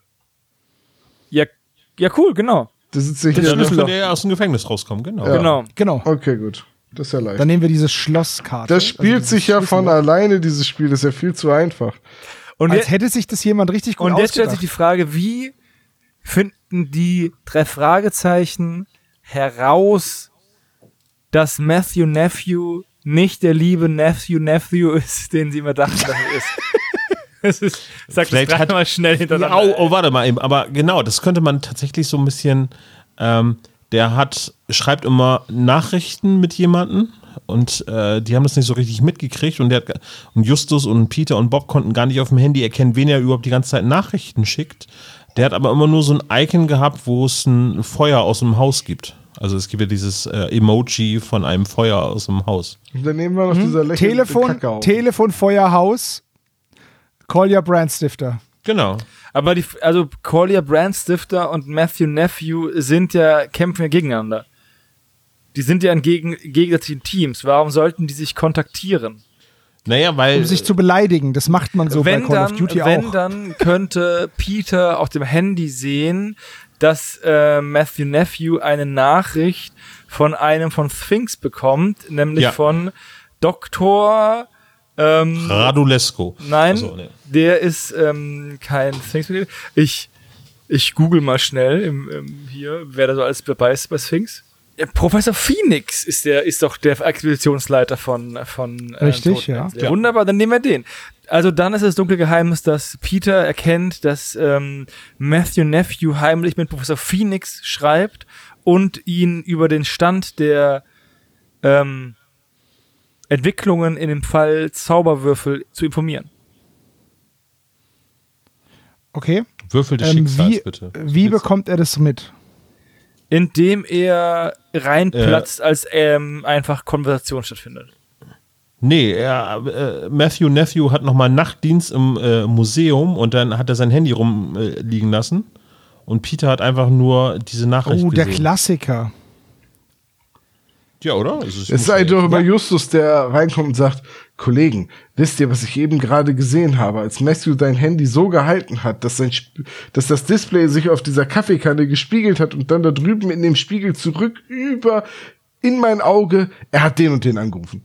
Speaker 5: Ja, ja cool, genau.
Speaker 3: Der sitzt ja
Speaker 5: Das
Speaker 3: hier.
Speaker 6: Ja, dann
Speaker 5: Schlüssel-
Speaker 6: könnte er aus dem Gefängnis rauskommen, genau.
Speaker 3: Ja.
Speaker 5: Genau.
Speaker 4: Genau.
Speaker 3: Okay, gut. Das ist ja leicht.
Speaker 4: Dann nehmen wir diese Schlosskarte.
Speaker 3: Das spielt
Speaker 4: Also dieses
Speaker 3: sich ja von
Speaker 4: Schlüsselloch.
Speaker 3: alleine, dieses Spiel. Das ist ja viel zu einfach.
Speaker 5: Und,
Speaker 4: Als
Speaker 5: je,
Speaker 4: hätte sich das jemand richtig gut
Speaker 5: und jetzt stellt sich
Speaker 4: ausgedacht.
Speaker 5: die Frage, wie finden die drei Fragezeichen heraus, dass Matthew Nephew nicht der liebe Nephew Nephew ist, den sie immer dachten, dass er ist. Das ist, sag
Speaker 6: Vielleicht
Speaker 5: das
Speaker 6: hat-
Speaker 5: dreimal schnell
Speaker 6: Ja,
Speaker 5: hintereinander.
Speaker 6: oh, oh, warte mal eben. Aber genau, das könnte man tatsächlich so ein bisschen. Ähm, der hat, schreibt immer Nachrichten mit jemandem und äh, die haben das nicht so richtig mitgekriegt und, der hat, und Justus und Peter und Bob konnten gar nicht auf dem Handy erkennen, wen er überhaupt die ganze Zeit Nachrichten schickt. Der hat aber immer nur so ein Icon gehabt, wo es ein Feuer aus dem Haus gibt. Also es gibt ja dieses äh, Emoji von einem Feuer aus dem Haus.
Speaker 3: Und dann nehmen wir noch dieser lächelnde
Speaker 4: Telefon,
Speaker 3: Kakao.
Speaker 4: Telefon, Feuerhaus, Collier Brandstifter.
Speaker 6: Genau.
Speaker 5: Aber die, also Collier Brandstifter und Matthew Nephew sind ja, kämpfen ja gegeneinander. Die sind ja in gegen, gegensätzlichen Teams. Warum sollten die sich kontaktieren?
Speaker 6: Naja, weil.
Speaker 4: Um sich zu beleidigen. Das macht man so
Speaker 5: wenn
Speaker 4: bei Call
Speaker 5: dann,
Speaker 4: of Duty
Speaker 5: wenn
Speaker 4: auch.
Speaker 5: dann könnte Peter auf dem Handy sehen, dass äh, Matthew Nephew eine Nachricht von einem von Sphinx bekommt, nämlich
Speaker 6: Ja.
Speaker 5: von Doktor ähm,
Speaker 6: Radulesco.
Speaker 5: Nein,
Speaker 6: Also, nee.
Speaker 5: der ist ähm, kein Sphinx. Ich, ich google mal schnell im, im, hier, wer da so alles dabei ist bei Sphinx. Ja, Professor Phoenix ist der, ist doch der Akquisitionsleiter von, von äh,
Speaker 4: Richtig,
Speaker 5: Totentanz.
Speaker 4: ja.
Speaker 5: Ja. Wunderbar, dann nehmen wir den. Also dann ist das dunkle Geheimnis, dass Peter erkennt, dass ähm, Matthew Nephew heimlich mit Professor Phoenix schreibt und ihn über den Stand der ähm, Entwicklungen in dem Fall Zauberwürfel zu informieren.
Speaker 4: Okay.
Speaker 6: Würfel des
Speaker 4: Ähm,
Speaker 6: Schicksals,
Speaker 4: wie
Speaker 6: bitte.
Speaker 4: wie bekommt er das mit?
Speaker 5: Indem er reinplatzt, als ähm, einfach Konversation stattfindet.
Speaker 6: Nee, er, äh, Matthew Nephew hat nochmal Nachtdienst im äh, Museum und dann hat er sein Handy rumliegen äh, liegen lassen. Und Peter hat einfach nur diese Nachricht
Speaker 4: Oh, der
Speaker 6: gesehen.
Speaker 4: Klassiker.
Speaker 6: Ja, oder? Es
Speaker 3: Es ist eigentlich doch immer Justus, der reinkommt und sagt, Kollegen, wisst ihr, was ich eben gerade gesehen habe, als Matthew dein Handy so gehalten hat, dass, sein Sp- dass das Display sich auf dieser Kaffeekanne gespiegelt hat und dann da drüben in dem Spiegel zurück über in mein Auge, er hat den und den angerufen.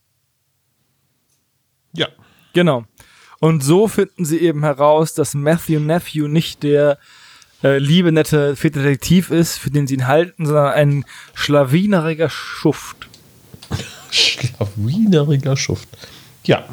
Speaker 6: Ja.
Speaker 5: Genau. Und so finden sie eben heraus, dass Matthew Nephew nicht der äh, liebe, nette Väterdetektiv ist, für den sie ihn halten, sondern ein schlawineriger Schuft.
Speaker 6: Schlawineriger Schuft. Ja.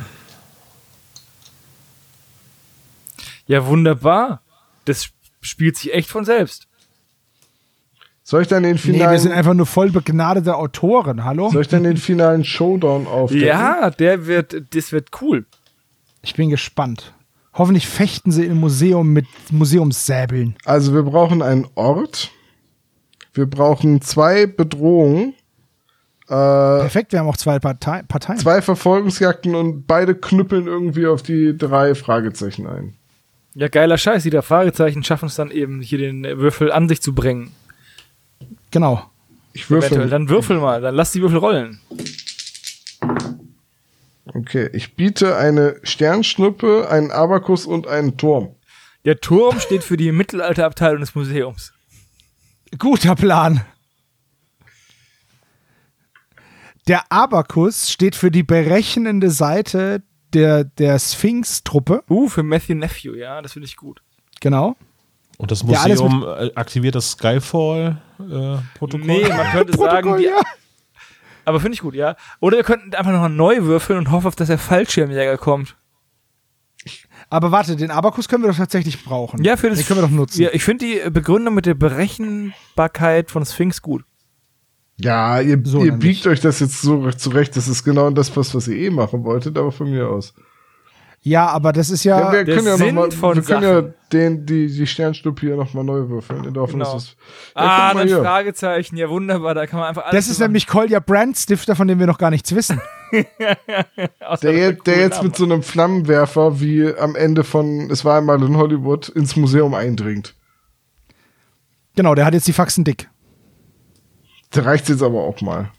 Speaker 5: Ja, wunderbar. Das spielt sich echt von selbst.
Speaker 3: Soll ich dann den
Speaker 4: Nee, wir
Speaker 3: finalen,
Speaker 4: sind einfach nur voll begnadete Autoren. Hallo?
Speaker 3: soll ich dann den finalen Showdown aufdecken?
Speaker 5: Ja, der wird, das wird cool.
Speaker 4: Ich bin gespannt. Hoffentlich fechten sie im Museum mit Museumssäbeln.
Speaker 3: Also wir brauchen einen Ort. Wir brauchen zwei Bedrohungen. Äh,
Speaker 4: Perfekt, wir haben auch zwei Partei Parteien.
Speaker 3: zwei Verfolgungsjagden und beide knüppeln irgendwie auf die drei Fragezeichen ein.
Speaker 5: Ja, geiler Scheiß. Die drei Fragezeichen schaffen es dann eben, hier den Würfel an sich zu bringen.
Speaker 4: Genau.
Speaker 3: Ich
Speaker 5: Eventuell.
Speaker 3: würfel.
Speaker 5: Dann würfel mal. Dann lass die Würfel rollen.
Speaker 3: Okay, ich biete eine Sternschnuppe, einen Abakus und einen Turm.
Speaker 5: Der Turm steht für die Mittelalterabteilung des Museums.
Speaker 4: Guter Plan. Der Abakus steht für die berechnende Seite der, der Sphinx-Truppe.
Speaker 5: Uh, für Matthew Nephew, ja, das finde ich gut.
Speaker 4: Genau.
Speaker 6: Und das
Speaker 4: Ja, alles
Speaker 6: Museum äh, aktiviert das Skyfall-Protokoll?
Speaker 5: Nee, man könnte sagen,
Speaker 4: Protokoll,
Speaker 5: die,
Speaker 4: ja.
Speaker 5: aber finde ich gut, ja. Oder wir könnten einfach nochmal neu würfeln und hoffen, dass der Fallschirmjäger kommt.
Speaker 4: Aber warte, den Abakus können wir doch tatsächlich brauchen.
Speaker 5: Ja, für das
Speaker 4: Den können wir doch nutzen.
Speaker 5: Ja, ich finde die Begründung mit der Berechenbarkeit von Sphinx gut.
Speaker 3: Ja, ihr,
Speaker 4: So
Speaker 3: ihr
Speaker 4: nämlich.
Speaker 3: biegt euch das jetzt so zurecht, dass es genau das passt, was ihr eh machen wolltet, aber von mir aus.
Speaker 4: Ja, aber das ist ja.
Speaker 3: Ja, wir
Speaker 5: der
Speaker 3: können ja
Speaker 5: Sinn
Speaker 3: noch mal,
Speaker 5: von
Speaker 3: wir können
Speaker 5: Sachen.
Speaker 3: ja den, die, die Sternschnuppe hier nochmal neu würfeln. In der Hoffnung,
Speaker 5: Genau.
Speaker 3: dass es- ja,
Speaker 5: Ah,
Speaker 3: guck mal
Speaker 5: ein
Speaker 3: hier.
Speaker 5: Fragezeichen. Ja, wunderbar. Da kann man einfach alles
Speaker 4: Das ist
Speaker 5: machen.
Speaker 4: nämlich Kolja Brandstifter, von dem wir noch gar nichts wissen.
Speaker 5: Außer
Speaker 3: Der,
Speaker 5: das
Speaker 3: jetzt, der
Speaker 5: coole
Speaker 3: jetzt
Speaker 5: Name.
Speaker 3: mit so einem Flammenwerfer wie am Ende von Es war einmal in Hollywood ins Museum eindringt.
Speaker 4: Genau, der hat jetzt die Faxen dick.
Speaker 3: Da reicht's jetzt aber auch mal.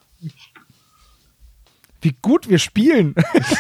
Speaker 4: Wie gut wir spielen.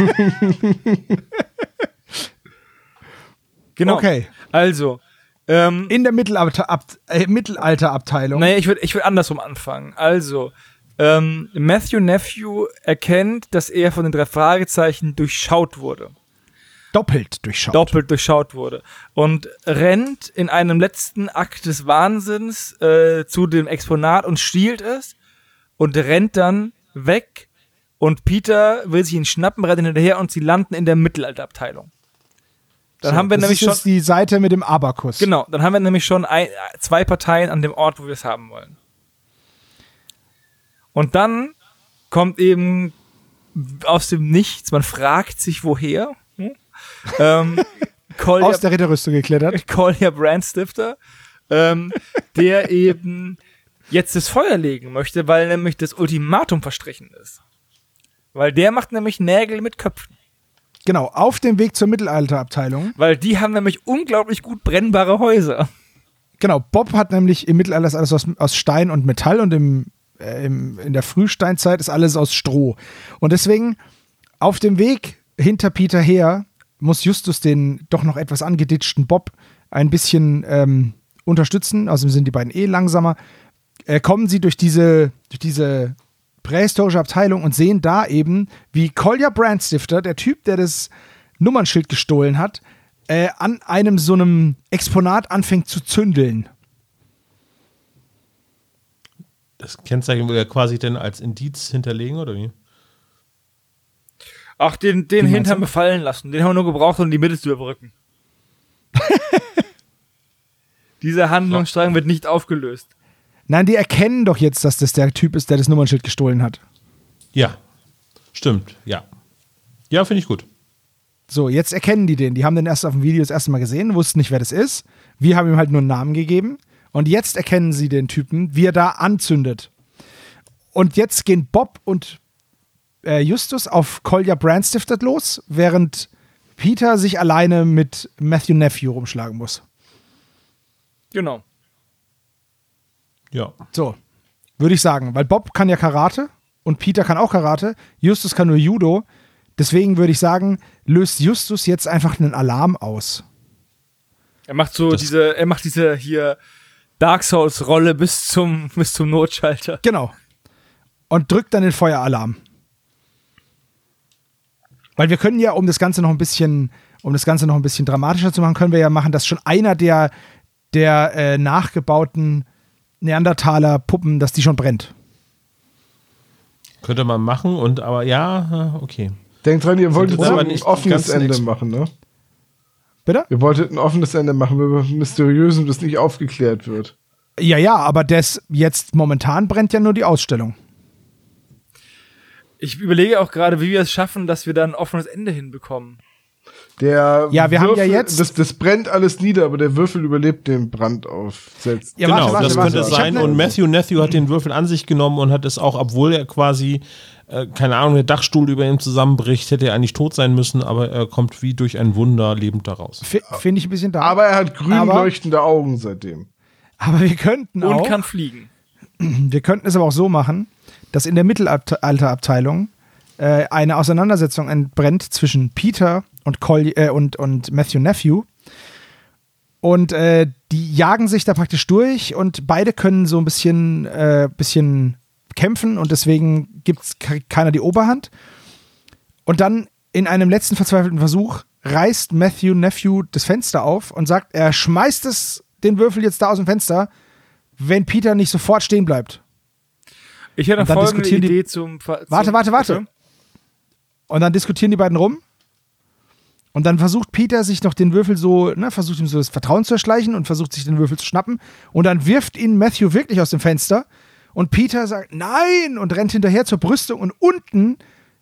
Speaker 5: Genau.
Speaker 4: Okay.
Speaker 5: Also, ähm,
Speaker 4: In der Mittelalter Ab äh, Mittelalterabteilung.
Speaker 5: naja, ich würde ich würd andersrum anfangen. Also, ähm, Matthew Nephew erkennt, dass er von den drei Fragezeichen durchschaut wurde.
Speaker 4: Doppelt durchschaut.
Speaker 5: Doppelt durchschaut wurde. Und rennt in einem letzten Akt des Wahnsinns äh, zu dem Exponat und stiehlt es und rennt dann weg. Und Peter will sich ihn schnappen, rennt hinterher und sie landen in der Mittelalterabteilung. Dann
Speaker 4: So,
Speaker 5: haben wir
Speaker 4: das
Speaker 5: nämlich
Speaker 4: ist
Speaker 5: schon.
Speaker 4: jetzt die Seite mit dem Abakus.
Speaker 5: Genau, dann haben wir nämlich schon ein, zwei Parteien an dem Ort, wo wir es haben wollen. Und dann kommt eben aus dem Nichts, man fragt sich, woher. Hm? ähm, Kolja,
Speaker 4: Aus der Ritterrüstung geklettert.
Speaker 5: Kolja Brandstifter, ähm, der eben jetzt das Feuer legen möchte, weil nämlich das Ultimatum verstrichen ist. Weil der macht nämlich Nägel mit Köpfen.
Speaker 4: Genau, auf dem Weg zur Mittelalterabteilung.
Speaker 5: Weil die haben nämlich unglaublich gut brennbare Häuser.
Speaker 4: Genau, Bob hat nämlich im Mittelalter alles aus, aus Stein und Metall und im, äh, im, in der Frühsteinzeit ist alles aus Stroh. Und deswegen auf dem Weg hinter Peter her muss Justus den doch noch etwas angeditschten Bob ein bisschen ähm, unterstützen. Außerdem sind die beiden eh langsamer. Äh, kommen sie durch diese, durch diese prähistorische Abteilung und sehen da eben, wie Kolja Brandstifter, der Typ, der das Nummernschild gestohlen hat, äh, an einem so einem Exponat anfängt zu zündeln.
Speaker 6: Das Kennzeichen will er quasi denn als Indiz hinterlegen, oder wie?
Speaker 5: Ach, den, den
Speaker 4: Wie meinst
Speaker 5: Hintern
Speaker 4: du?
Speaker 5: befallen lassen. Den haben wir nur gebraucht, um die Mitte zu überbrücken. Dieser Handlungsstrang wird nicht aufgelöst.
Speaker 4: Nein, die erkennen doch jetzt, dass das der Typ ist, der das Nummernschild gestohlen hat.
Speaker 6: Ja, stimmt, ja. Ja, finde ich gut.
Speaker 4: So, jetzt erkennen die den. Die haben den erst auf dem Video das erste Mal gesehen, wussten nicht, wer das ist. Wir haben ihm halt nur einen Namen gegeben. Und jetzt erkennen sie den Typen, wie er da anzündet. Und jetzt gehen Bob und äh, Justus auf Kolja Brandstifter los, während Peter sich alleine mit Matthew Nephew rumschlagen muss.
Speaker 5: Genau.
Speaker 6: Ja.
Speaker 4: So, würde ich sagen. Weil Bob kann ja Karate und Peter kann auch Karate. Justus kann nur Judo. Deswegen würde ich sagen, löst Justus jetzt einfach einen Alarm aus.
Speaker 5: Er macht so
Speaker 6: Das-
Speaker 5: diese, er macht diese hier Dark Souls Rolle bis zum, bis zum Notschalter.
Speaker 4: Genau. Und drückt dann den Feueralarm. Weil wir können ja, um das Ganze noch ein bisschen, um das Ganze noch ein bisschen dramatischer zu machen, können wir ja machen, dass schon einer der, der äh, nachgebauten Neandertaler Puppen, dass die schon brennt.
Speaker 6: Könnte man machen und aber ja, okay.
Speaker 3: Denkt dran, ihr wolltet
Speaker 6: Das ist
Speaker 3: so
Speaker 6: aber
Speaker 3: ein
Speaker 6: nicht
Speaker 3: offenes
Speaker 6: ganz
Speaker 3: Ende
Speaker 6: nix.
Speaker 3: machen, ne?
Speaker 4: Bitte?
Speaker 3: Ihr wolltet ein offenes Ende machen, weil Mysteriösem das nicht aufgeklärt wird.
Speaker 4: Ja, ja, aber das jetzt momentan brennt ja nur die Ausstellung.
Speaker 5: Ich überlege auch gerade, wie wir es schaffen, dass wir da ein offenes Ende hinbekommen.
Speaker 3: Der
Speaker 4: Ja, wir haben
Speaker 3: Würfel,
Speaker 4: ja jetzt-
Speaker 3: Das, das brennt alles nieder, aber der Würfel überlebt den Brand auf. Selbst.
Speaker 4: Ja,
Speaker 6: Genau,
Speaker 4: warte, warte,
Speaker 6: das
Speaker 4: warte.
Speaker 6: könnte
Speaker 4: Ich hab
Speaker 6: sein.
Speaker 4: ne-
Speaker 6: Und Matthew Nephew hat den Würfel an sich genommen und hat es auch, obwohl er quasi, äh, keine Ahnung, der Dachstuhl über ihm zusammenbricht, hätte er eigentlich tot sein müssen, aber er kommt wie durch ein Wunder lebend daraus.
Speaker 4: F- Finde ich ein bisschen da.
Speaker 3: Aber er hat grün
Speaker 4: Aber-
Speaker 3: leuchtende Augen seitdem.
Speaker 4: aber wir könnten
Speaker 5: Und
Speaker 4: auch,
Speaker 5: kann fliegen.
Speaker 4: wir könnten es aber auch so machen, dass in der Mittelalterabteilung äh, eine Auseinandersetzung entbrennt zwischen Peter und, Col äh, und, und Matthew Nephew. Und äh, die jagen sich da praktisch durch und beide können so ein bisschen, äh, bisschen kämpfen und deswegen gibt es keiner die Oberhand. Und dann in einem letzten verzweifelten Versuch reißt Matthew Nephew das Fenster auf und sagt, er schmeißt es, den Würfel jetzt da aus dem Fenster, wenn Peter nicht sofort stehen bleibt.
Speaker 5: Ich hätte
Speaker 4: Und dann
Speaker 5: folgende
Speaker 4: diskutieren die-
Speaker 5: Idee zum, Ver-
Speaker 4: Warte,
Speaker 5: zum
Speaker 4: warte, warte. Und dann diskutieren die beiden rum. Und dann versucht Peter sich noch den Würfel so, ne, versucht ihm so das Vertrauen zu erschleichen und versucht sich den Würfel zu schnappen. Und dann wirft ihn Matthew wirklich aus dem Fenster. Und Peter sagt, nein! Und rennt hinterher zur Brüstung. Und unten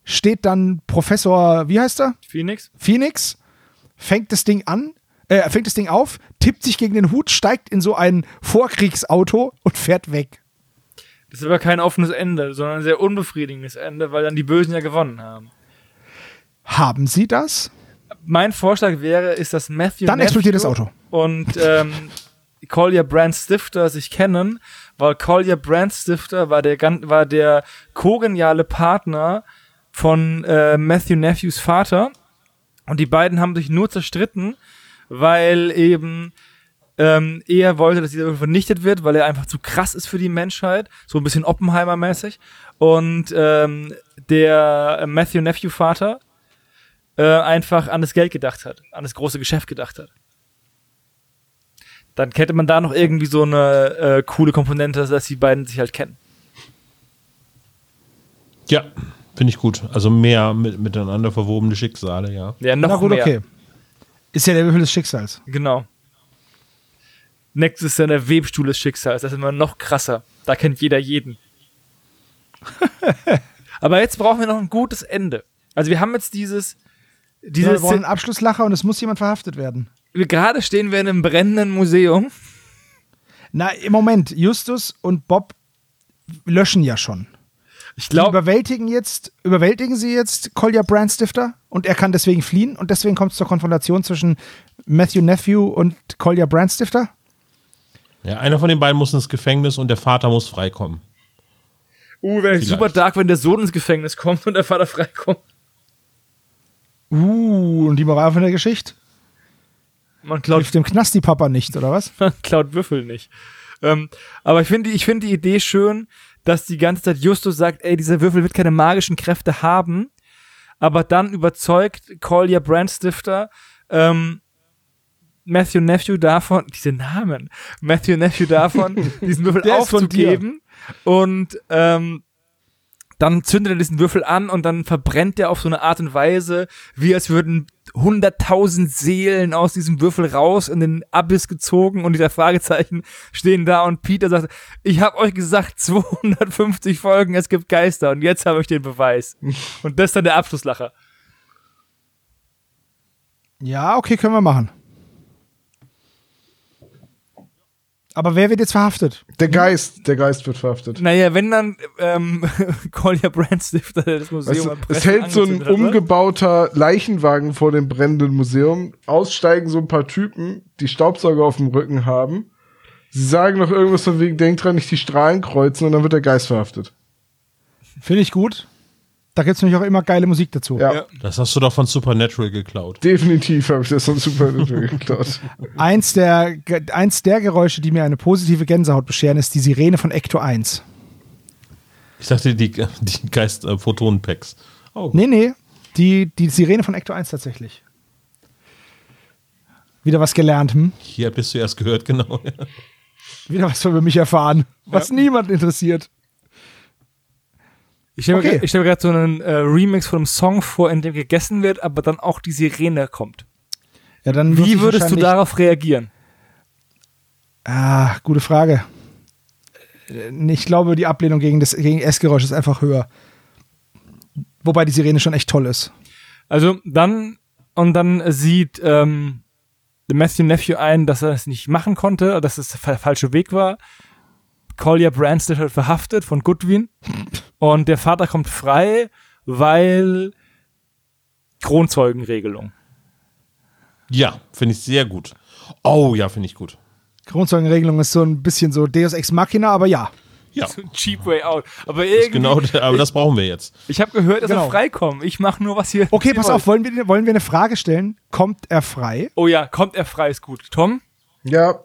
Speaker 4: steht dann Professor, wie heißt er?
Speaker 5: Phoenix?
Speaker 4: Phoenix, fängt das Ding an, äh, fängt das Ding auf, tippt sich gegen den Hut, steigt in so ein Vorkriegsauto und fährt weg.
Speaker 5: Das ist aber kein offenes Ende, sondern ein sehr unbefriedigendes Ende, weil dann die Bösen ja gewonnen haben.
Speaker 4: Haben sie das?
Speaker 5: Mein Vorschlag wäre, ist, dass Matthew
Speaker 4: Dann explodiert das Auto.
Speaker 5: Und ähm, Collier Brand Stifter sich kennen, weil Collier Brand Stifter war der, war der kogeniale Partner von äh, Matthew Nephews Vater. Und die beiden haben sich nur zerstritten, weil eben ähm, er wollte, dass dieser Würfel vernichtet wird, weil er einfach zu krass ist für die Menschheit. So ein bisschen Oppenheimer-mäßig. Und ähm, der Matthew Nephew Vater äh, einfach an das Geld gedacht hat, an das große Geschäft gedacht hat. Dann hätte man da noch irgendwie so eine äh, coole Komponente, dass die beiden sich halt kennen.
Speaker 6: Ja, finde ich gut. Also mehr mit, miteinander verwobene Schicksale, ja.
Speaker 5: Ja, noch
Speaker 4: Na gut,
Speaker 5: mehr.
Speaker 4: okay. Ist ja der Würfel des Schicksals.
Speaker 5: Genau. Nächstes ist dann der Webstuhl des Schicksals. Das ist immer noch krasser. Da kennt jeder jeden. Aber jetzt brauchen wir noch ein gutes Ende. Also wir haben jetzt dieses... dieses
Speaker 4: wir wollen einen Abschlusslacher und es muss jemand verhaftet werden.
Speaker 5: Gerade stehen wir in einem brennenden Museum.
Speaker 4: Na, im Moment, Justus und Bob löschen ja schon.
Speaker 5: Ich
Speaker 4: Die
Speaker 5: glaube,
Speaker 4: überwältigen jetzt, überwältigen sie jetzt Collier Brand Stifter und er kann deswegen fliehen und deswegen kommt es zur Konfrontation zwischen Matthew Nephew und Collier Brand Stifter.
Speaker 6: Ja, einer von den beiden muss ins Gefängnis und der Vater muss freikommen.
Speaker 5: uh, wäre super dark, wenn der Sohn ins Gefängnis kommt und der Vater freikommt.
Speaker 4: Uh, und die Moral von der Geschichte?
Speaker 5: Man klaut,
Speaker 4: Hilft dem Knast die Papa nicht, oder was?
Speaker 5: man klaut Würfel nicht. Ähm, aber ich finde ich find die Idee schön, dass die ganze Zeit Justus sagt, ey, dieser Würfel wird keine magischen Kräfte haben, aber dann überzeugt Collier Brand Stifter ähm, Matthew Nephew davon, diese Namen, Matthew Nephew davon, diesen Würfel
Speaker 4: Der ist von
Speaker 5: aufzugeben und ähm, dann zündet er diesen Würfel an und dann verbrennt er auf so eine Art und Weise, wie als würden hunderttausend Seelen aus diesem Würfel raus in den Abyss gezogen und diese Fragezeichen stehen da und Peter sagt, ich habe euch gesagt, zweihundertfünfzig Folgen, es gibt Geister und jetzt habe ich den Beweis. Und das ist dann der Abschlusslacher.
Speaker 4: Ja, okay, können wir machen. Aber wer wird jetzt verhaftet?
Speaker 3: Der Geist, der Geist wird verhaftet.
Speaker 5: Naja, wenn dann ähm, Collier Brand Stifter das Museum
Speaker 3: Weißt du, es hält so ein umgebauter Leichenwagen vor dem brennenden Museum. Aussteigen so ein paar Typen, die Staubsauger auf dem Rücken haben. Sie sagen noch irgendwas von wegen, denkt dran, nicht die Strahlen kreuzen und dann wird der Geist verhaftet.
Speaker 4: Finde ich gut. Da gibt es nämlich auch immer geile Musik dazu.
Speaker 3: Ja,
Speaker 5: Ja.
Speaker 6: Das hast du doch von Supernatural geklaut.
Speaker 3: definitiv habe ich das von Supernatural geklaut.
Speaker 4: Eins der, eins der Geräusche, die mir eine positive Gänsehaut bescheren, ist die Sirene von Ecto eins.
Speaker 6: Ich dachte, die, die Geist-Photonen-Packs. Oh,
Speaker 4: Nee, nee, die, die Sirene von Ecto eins tatsächlich. Wieder was gelernt, hm?
Speaker 6: hier bist du erst gehört, genau.
Speaker 4: Wieder was über mich erfahren, was niemand interessiert.
Speaker 5: Ich stelle
Speaker 4: Okay.
Speaker 5: mir, stell mir gerade so einen äh, Remix von einem Song vor, in dem gegessen wird, aber dann auch die Sirene kommt.
Speaker 4: Ja, dann muss
Speaker 5: Wie
Speaker 4: ich
Speaker 5: würdest du
Speaker 4: wahrscheinlich-
Speaker 5: darauf reagieren?
Speaker 4: Ah, gute Frage. Äh, Ich glaube, die Ablehnung gegen das gegen Essgeräusch ist einfach höher. Wobei die Sirene schon echt toll ist.
Speaker 5: Also dann, und dann sieht ähm, Matthew Nephew ein, dass er das nicht machen konnte, dass es der falsche Weg war. Collier Brand Stifter wird verhaftet von Goodwin und der Vater kommt frei, weil Kronzeugenregelung.
Speaker 6: Ja, finde ich sehr gut. Oh, ja, finde ich gut.
Speaker 4: Kronzeugenregelung ist so ein bisschen so Deus Ex Machina, aber ja.
Speaker 6: Ja,
Speaker 5: So ein cheap way out. Aber
Speaker 6: das ist
Speaker 5: irgendwie,
Speaker 6: genau, aber das brauchen wir jetzt.
Speaker 5: ich habe gehört, dass
Speaker 4: Genau.
Speaker 5: er freikommt. Ich mache nur was hier.
Speaker 4: Okay, pass auf, wollen wir, wollen wir eine Frage stellen? Kommt er frei?
Speaker 5: Oh ja, kommt er frei, ist gut. Tom?
Speaker 3: Ja.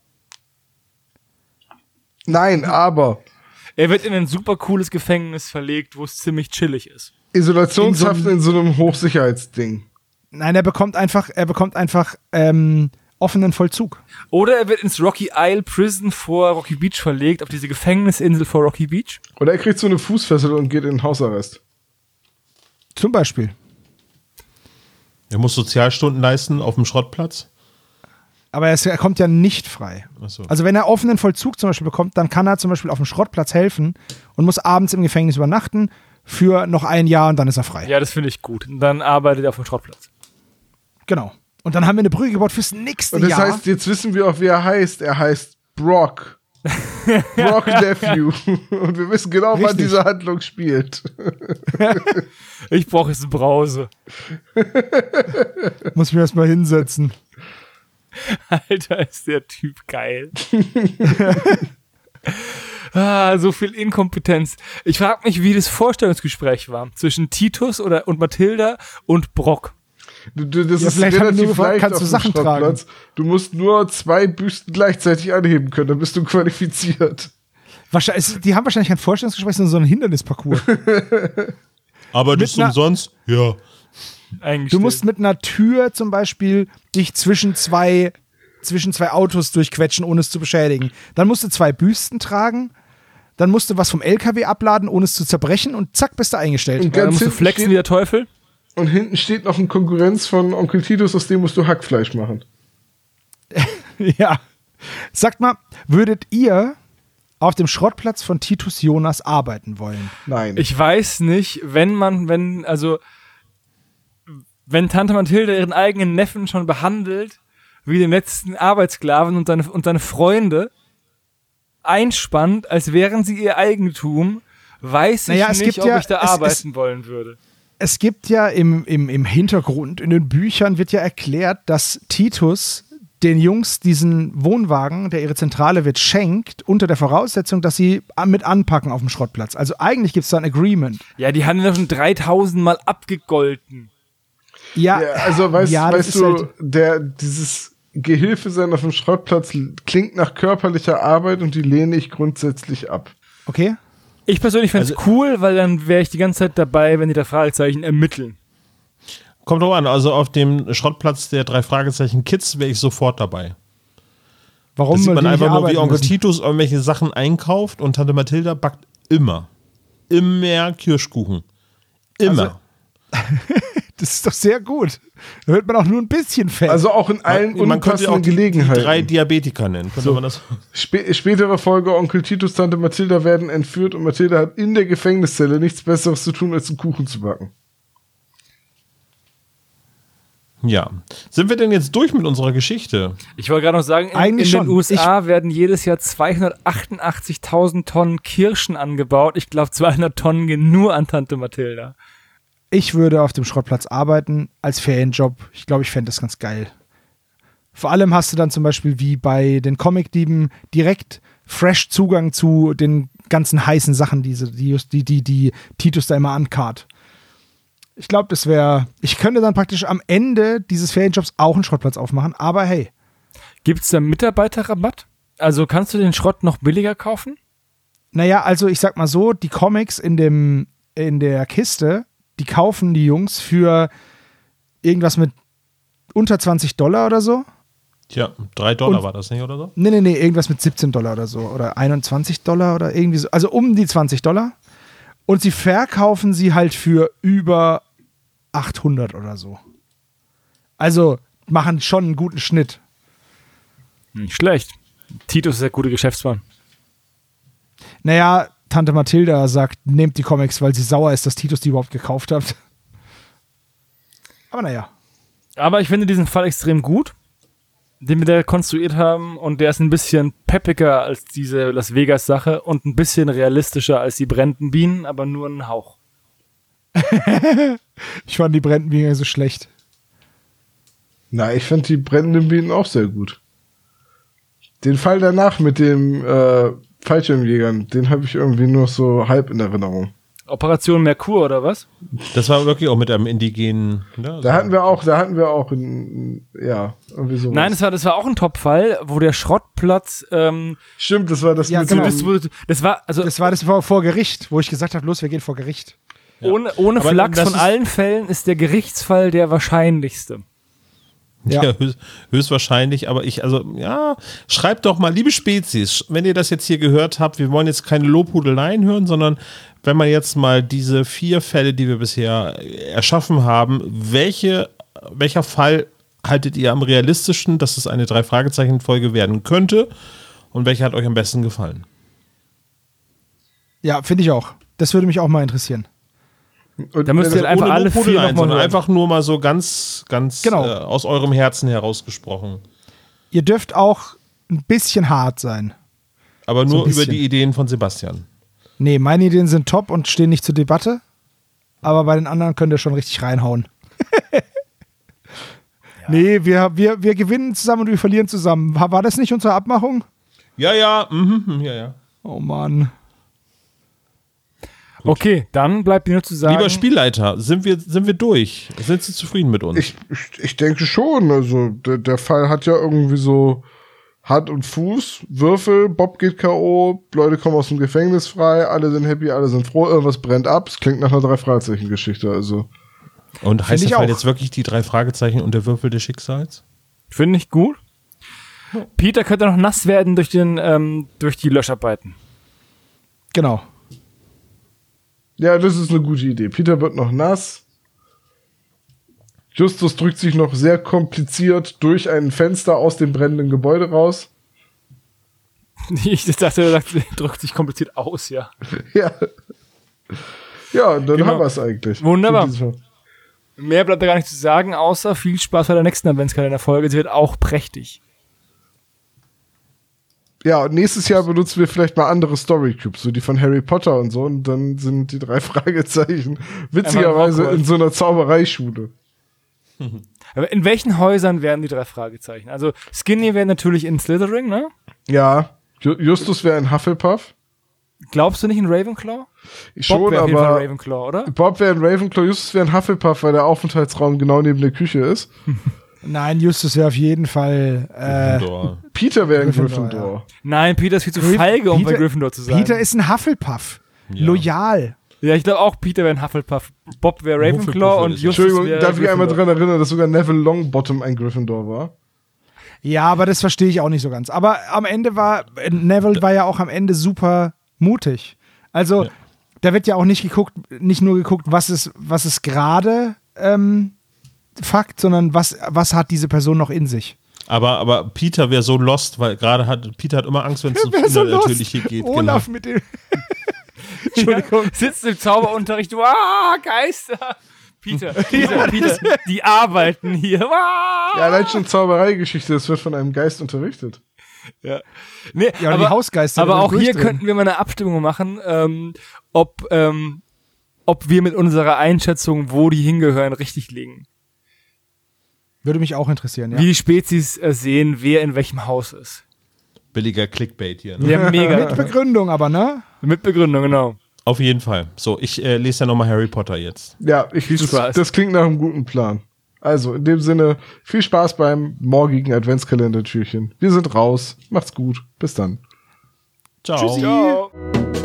Speaker 3: Nein, aber
Speaker 5: Er wird in ein super cooles Gefängnis verlegt, wo es ziemlich chillig ist.
Speaker 3: Isolationshaft in so einem Hochsicherheitsding.
Speaker 4: Nein, er bekommt einfach, er bekommt einfach ähm, offenen Vollzug.
Speaker 5: Oder er wird ins Rocky Isle Prison vor Rocky Beach verlegt, auf diese Gefängnisinsel vor Rocky Beach.
Speaker 3: Oder er kriegt so eine Fußfessel und geht in Hausarrest.
Speaker 4: Zum Beispiel.
Speaker 6: Er muss Sozialstunden leisten auf dem Schrottplatz.
Speaker 4: Aber er, ist, er kommt ja nicht frei.
Speaker 6: Ach so.
Speaker 4: Also wenn er offenen Vollzug zum Beispiel bekommt, dann kann er zum Beispiel auf dem Schrottplatz helfen und muss abends im Gefängnis übernachten, für noch ein Jahr und dann ist er frei.
Speaker 5: Ja, das finde ich gut. Und dann arbeitet er auf dem Schrottplatz.
Speaker 4: Genau. Und dann haben wir eine Brücke gebaut fürs nächste
Speaker 3: Und das
Speaker 4: Jahr.
Speaker 3: heißt, jetzt wissen wir auch, wie er heißt. Er heißt Brock. Brock Nephew. Und wir wissen genau, wann
Speaker 4: Richtig.
Speaker 3: diese Handlung spielt.
Speaker 5: Ich brauche jetzt eine Brause.
Speaker 4: Muss ich mir erstmal hinsetzen.
Speaker 5: Alter, ist der Typ geil. Ah, so viel Inkompetenz. Ich frage mich, wie das Vorstellungsgespräch war zwischen Titus oder, und Mathilda und Brock.
Speaker 3: Du, du, das
Speaker 4: Ja,
Speaker 3: ist
Speaker 4: vielleicht haben die
Speaker 3: relativ
Speaker 4: nur gefragt,
Speaker 3: leicht
Speaker 4: kannst
Speaker 3: auf
Speaker 4: du
Speaker 3: dem
Speaker 4: Sachen tragen?
Speaker 3: Schrottplatz. Du musst nur zwei Büsten gleichzeitig anheben können, dann bist du qualifiziert.
Speaker 4: Wahrscheinlich, die haben wahrscheinlich kein Vorstellungsgespräch, sondern so ein Hindernisparcours.
Speaker 6: Aber das
Speaker 4: Mit
Speaker 6: ist
Speaker 4: einer-
Speaker 6: umsonst? Ja.
Speaker 5: Eingestellt.
Speaker 4: Du musst mit einer Tür zum Beispiel dich zwischen zwei, zwischen zwei Autos durchquetschen, ohne es zu beschädigen. Dann musst du zwei Büsten tragen. Dann musst du was vom L K W abladen, ohne es zu zerbrechen. Und zack, bist du eingestellt.
Speaker 3: Und
Speaker 5: ja, dann
Speaker 3: ganz
Speaker 5: musst du
Speaker 3: hinten
Speaker 5: flexen
Speaker 3: steht-
Speaker 5: wie der Teufel.
Speaker 3: Und hinten steht noch ein Konkurrenz von Onkel Titus, aus dem musst du Hackfleisch machen.
Speaker 4: Ja. Sagt mal, würdet ihr auf dem Schrottplatz von Titus Jonas arbeiten wollen?
Speaker 3: Nein.
Speaker 5: Ich weiß nicht, wenn man, wenn, also, wenn Tante Mathilde ihren eigenen Neffen schon behandelt, wie den letzten Arbeitssklaven und seine, und seine Freunde einspannt, als wären sie ihr Eigentum, weiß ich
Speaker 4: Naja, es
Speaker 5: nicht,
Speaker 4: gibt
Speaker 5: ob
Speaker 4: ja-
Speaker 5: ich da
Speaker 4: es-
Speaker 5: arbeiten
Speaker 4: es-
Speaker 5: wollen würde.
Speaker 4: Es gibt ja im, im, im Hintergrund, in den Büchern wird ja erklärt, dass Titus den Jungs diesen Wohnwagen, der ihre Zentrale wird, schenkt, unter der Voraussetzung, dass sie mit anpacken auf dem Schrottplatz. Also eigentlich gibt es da ein Agreement.
Speaker 5: Ja, die haben ja schon dreitausend Mal abgegolten.
Speaker 4: Ja,
Speaker 3: Ja, also weißt,
Speaker 4: ja, das
Speaker 3: weißt
Speaker 4: ist
Speaker 3: du,
Speaker 4: halt-
Speaker 3: der, dieses Gehilfe sein auf dem Schrottplatz klingt nach körperlicher Arbeit und die lehne ich grundsätzlich ab.
Speaker 4: okay.
Speaker 5: Ich persönlich fände es
Speaker 6: Also-
Speaker 5: cool, weil dann wäre ich die ganze Zeit dabei, wenn die da Fragezeichen ermitteln.
Speaker 6: Kommt drauf an, also auf dem Schrottplatz der drei Fragezeichen Kids wäre ich sofort dabei.
Speaker 4: Warum
Speaker 6: Da sieht man
Speaker 4: die nicht
Speaker 6: einfach nur, wie
Speaker 4: arbeiten
Speaker 6: Onkel
Speaker 4: müssen?
Speaker 6: Titus irgendwelche Sachen einkauft und Tante Mathilda backt immer. Immer Kirschkuchen. Immer.
Speaker 4: Das ist doch sehr gut. Da wird man auch nur ein bisschen fett.
Speaker 3: Also auch in allen
Speaker 6: man könnte auch
Speaker 3: unpassenden
Speaker 6: die, die
Speaker 3: Gelegenheiten.
Speaker 6: drei Diabetiker nennen. Könnte man das?
Speaker 3: Spä spätere Folge, Onkel Titus, Tante Mathilda werden entführt und Mathilda hat in der Gefängniszelle nichts Besseres zu tun, als einen Kuchen zu backen.
Speaker 6: Ja. Sind wir denn jetzt durch mit unserer Geschichte?
Speaker 5: Ich wollte gerade noch sagen, in,
Speaker 4: Eigentlich
Speaker 5: in den
Speaker 4: schon.
Speaker 5: U S A werden jedes Jahr zweihundertachtundachtzigtausend Tonnen Kirschen angebaut. Ich glaube, zweihundert Tonnen gehen nur an Tante Mathilda.
Speaker 4: Ich würde auf dem Schrottplatz arbeiten als Ferienjob. Ich glaube, ich fände das ganz geil. Vor allem hast du dann zum Beispiel wie bei den Comic-Dieben direkt fresh Zugang zu den ganzen heißen Sachen, diese, die, die, die, die Titus da immer ankart. Ich glaube, das wäre. Ich könnte dann praktisch am Ende dieses Ferienjobs auch einen Schrottplatz aufmachen, aber hey.
Speaker 5: Gibt es da Mitarbeiterrabatt? Also kannst du den Schrott noch billiger kaufen?
Speaker 4: Naja, also ich sag mal so, die Comics in, dem, in der Kiste, die kaufen die Jungs für irgendwas mit unter zwanzig Dollar oder so.
Speaker 6: Tja, drei Dollar
Speaker 4: Und-
Speaker 6: war das nicht oder so?
Speaker 4: Nee, nee, nee, irgendwas mit siebzehn Dollar oder so. Oder einundzwanzig Dollar oder irgendwie so. Also um die zwanzig Dollar. Und sie verkaufen sie halt für über achthundert oder so. Also machen schon einen guten Schnitt.
Speaker 5: Nicht schlecht. Titus ist der gute Geschäftsmann.
Speaker 4: Naja, Tante Mathilda sagt, nehmt die Comics, weil sie sauer ist, dass Titus die überhaupt gekauft hat. Aber naja.
Speaker 5: Aber ich finde diesen Fall extrem gut, den wir da konstruiert haben. Und der ist ein bisschen peppiger als diese Las Vegas-Sache und ein bisschen realistischer als die brennenden Bienen, aber nur einen Hauch.
Speaker 4: Ich fand die brennenden Bienen so schlecht.
Speaker 3: Na, ich fand die brennenden Bienen auch sehr gut. Den Fall danach mit dem äh, Fallschirmjägern, den habe ich irgendwie nur so halb in Erinnerung.
Speaker 5: Operation Merkur oder was?
Speaker 6: Das war wirklich auch mit einem indigenen. Ne?
Speaker 3: Da hatten wir auch, da hatten wir auch in, ja, irgendwie so.
Speaker 5: Nein, das war, das war auch ein Top-Fall, wo der Schrottplatz, ähm,
Speaker 3: Stimmt, das war das
Speaker 4: Ja,
Speaker 3: mit
Speaker 4: genau.
Speaker 5: das,
Speaker 3: dem,
Speaker 5: wurde- das war, also
Speaker 4: Das war das vor, vor Gericht, wo ich gesagt habe, los, wir gehen vor Gericht.
Speaker 5: ohne, ohne
Speaker 6: Aber
Speaker 5: Flachs
Speaker 6: das
Speaker 5: von
Speaker 6: ist-
Speaker 5: allen Fällen ist der Gerichtsfall der wahrscheinlichste.
Speaker 6: Ja,
Speaker 4: Ja.
Speaker 6: höchst, höchstwahrscheinlich, aber ich, also, ja, schreibt doch mal, liebe Spezies, wenn ihr das jetzt hier gehört habt, wir wollen jetzt keine Lobhudeleien hören, sondern wenn man jetzt mal diese vier Fälle, die wir bisher erschaffen haben, welche, welcher Fall haltet ihr am realistischsten, dass es eine Drei-Fragezeichen-Folge werden könnte und welcher hat euch am besten gefallen?
Speaker 4: Ja, finde ich auch. Das würde mich auch mal interessieren.
Speaker 3: Und
Speaker 5: Da müsst ihr
Speaker 3: das-
Speaker 5: einfach
Speaker 6: Ohne
Speaker 5: alle vier
Speaker 6: Lobhudeleien,
Speaker 5: nochmal
Speaker 6: sondern
Speaker 5: hören.
Speaker 6: einfach nur mal so ganz, ganz
Speaker 4: Genau.
Speaker 6: äh, aus eurem Herzen herausgesprochen.
Speaker 4: Ihr dürft auch ein bisschen hart sein.
Speaker 6: Aber
Speaker 4: So
Speaker 6: nur
Speaker 4: ein
Speaker 6: über
Speaker 4: bisschen.
Speaker 6: die Ideen von Sebastian.
Speaker 4: Nee, meine Ideen sind top und stehen nicht zur Debatte. Aber bei den anderen könnt ihr schon richtig reinhauen. Nee, wir, wir, wir gewinnen zusammen und wir verlieren zusammen. War war das nicht unsere Abmachung?
Speaker 6: Ja, ja, mhm, ja, ja.
Speaker 4: Oh Mann.
Speaker 5: Okay, dann bleibt mir nur zu sagen.
Speaker 6: Lieber Spielleiter, sind wir, sind wir durch? Sind Sie zufrieden mit uns?
Speaker 3: Ich, ich, ich denke schon. Also der, der Fall hat ja irgendwie so Hand und Fuß, Würfel, Bob geht K O, Leute kommen aus dem Gefängnis frei, alle sind happy, alle sind froh, irgendwas brennt ab. Es klingt nach einer Drei-Fragezeichen-Geschichte. Also
Speaker 6: Und heißt
Speaker 4: ich
Speaker 6: der Fall
Speaker 4: auch.
Speaker 6: jetzt wirklich die drei Fragezeichen und der Würfel des Schicksals?
Speaker 5: Finde ich gut. Peter könnte noch nass werden durch, den, ähm, durch die Löscharbeiten.
Speaker 4: Genau.
Speaker 3: ja, das ist eine gute Idee. Peter wird noch nass. Justus drückt sich noch sehr kompliziert durch ein Fenster aus dem brennenden Gebäude raus.
Speaker 5: Ich dachte, er sagt, drückt sich kompliziert aus, ja.
Speaker 3: Ja. Ja, und dann
Speaker 5: Genau.
Speaker 3: haben wir es eigentlich.
Speaker 5: Wunderbar.
Speaker 3: Für dieses Mal.
Speaker 5: Mehr bleibt da gar nicht zu sagen, außer viel Spaß bei der nächsten Adventskalender-Folge. Sie wird auch prächtig.
Speaker 3: Ja, und nächstes Jahr benutzen wir vielleicht mal andere Story Cubes, so die von Harry Potter und so. Und dann sind die drei Fragezeichen witzigerweise
Speaker 5: Hogwarts.
Speaker 3: in so einer Zaubereischule.
Speaker 5: Aber in welchen Häusern werden die drei Fragezeichen? Also Skinny wäre natürlich in Slytherin, ne?
Speaker 3: Ja, Ju- Justus wäre ein Hufflepuff.
Speaker 5: Glaubst du nicht in Ravenclaw?
Speaker 3: Schon,
Speaker 5: Bob wäre auf jeden Fall
Speaker 3: aber
Speaker 5: Ravenclaw, oder?
Speaker 3: Bob wäre ein Ravenclaw, Justus wäre ein Hufflepuff, weil der Aufenthaltsraum genau neben der Küche ist.
Speaker 4: Nein, Justus wäre auf jeden Fall. Äh,
Speaker 6: Gryffindor.
Speaker 3: Peter wäre ein
Speaker 4: Gryffindor,
Speaker 3: Gryffindor.
Speaker 5: Nein, Peter ist viel zu
Speaker 4: Grif-
Speaker 5: feige, um bei
Speaker 4: Peter-
Speaker 5: Gryffindor zu sein.
Speaker 4: Peter ist ein Hufflepuff.
Speaker 6: Ja.
Speaker 4: Loyal.
Speaker 5: ja, ich glaube auch, Peter wäre ein Hufflepuff. Bob wäre Ravenclaw
Speaker 6: Hufflepuff
Speaker 5: und
Speaker 6: ist-
Speaker 5: Justus
Speaker 3: Entschuldigung,
Speaker 5: wäre
Speaker 3: darf ich einmal
Speaker 5: Gryffindor.
Speaker 3: dran erinnern, dass sogar Neville Longbottom ein Gryffindor war?
Speaker 4: Ja, aber das verstehe ich auch nicht so ganz. Aber am Ende war, Neville war ja auch am Ende super mutig. Also, da wird ja auch nicht geguckt, nicht nur geguckt, was ist, was ist gerade ähm, Fakt, sondern was, was hat diese Person noch in sich.
Speaker 6: Aber, aber Peter wäre so lost, weil gerade hat Peter hat immer Angst, wenn es ums
Speaker 4: Wer so los?
Speaker 6: Unnatürliche geht.
Speaker 4: Olaf mit dem.
Speaker 5: Entschuldigung. Ja, sitzt im Zauberunterricht, wow, Geister. Peter, Peter, Peter, die arbeiten hier. Wow.
Speaker 3: Ja, allein schon Zaubereigeschichte, das wird von einem Geist unterrichtet.
Speaker 5: Ja, nee,
Speaker 4: Ja, und die Hausgeister
Speaker 5: aber
Speaker 4: werden
Speaker 5: auch hier
Speaker 4: durchdrehen.
Speaker 5: könnten wir mal eine Abstimmung machen, ähm, ob, ähm, ob wir mit unserer Einschätzung, wo die hingehören, richtig liegen.
Speaker 4: Würde mich auch interessieren, ja.
Speaker 5: Wie die Spezies äh, sehen, wer in welchem Haus ist.
Speaker 6: Billiger Clickbait hier. Ne?
Speaker 5: Ja, mega.
Speaker 4: Mit Begründung aber, ne?
Speaker 5: Mit Begründung, genau.
Speaker 6: Auf jeden Fall. So, ich äh, lese ja nochmal Harry Potter jetzt.
Speaker 3: Ja, ich, das,
Speaker 5: Spaß.
Speaker 3: das klingt nach einem guten Plan. Also, in dem Sinne, viel Spaß beim morgigen Adventskalender-Türchen. Wir sind raus. Macht's gut. Bis dann.
Speaker 6: Ciao.
Speaker 5: Ciao.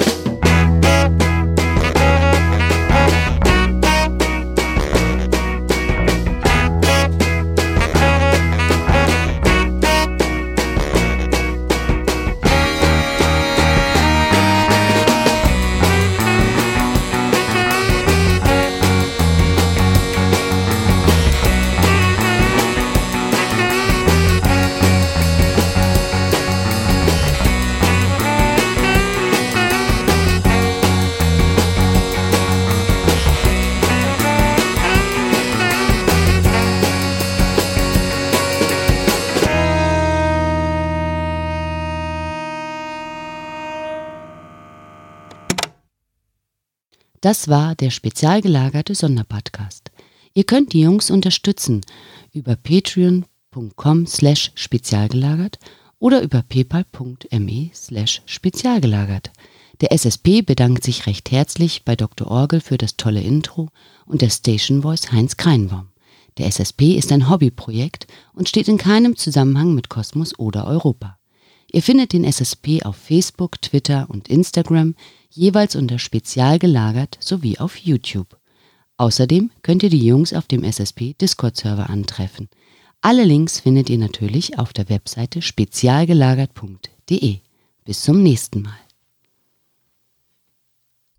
Speaker 7: Das war der spezial gelagerte Sonderpodcast. Ihr könnt die Jungs unterstützen über patreon.com slash spezialgelagert oder über paypal.me slash spezialgelagert. Der S S P bedankt sich recht herzlich bei Doktor Orgel für das tolle Intro und der Station Voice Heinz Kreinbaum. Der S S P ist ein Hobbyprojekt und steht in keinem Zusammenhang mit Kosmos oder Europa. Ihr findet den S S P auf Facebook, Twitter und Instagram, jeweils unter Spezial gelagert sowie auf YouTube. Außerdem könnt ihr die Jungs auf dem S S P Discord-Server antreffen. Alle Links findet ihr natürlich auf der Webseite spezialgelagert punkt de. Bis zum nächsten Mal.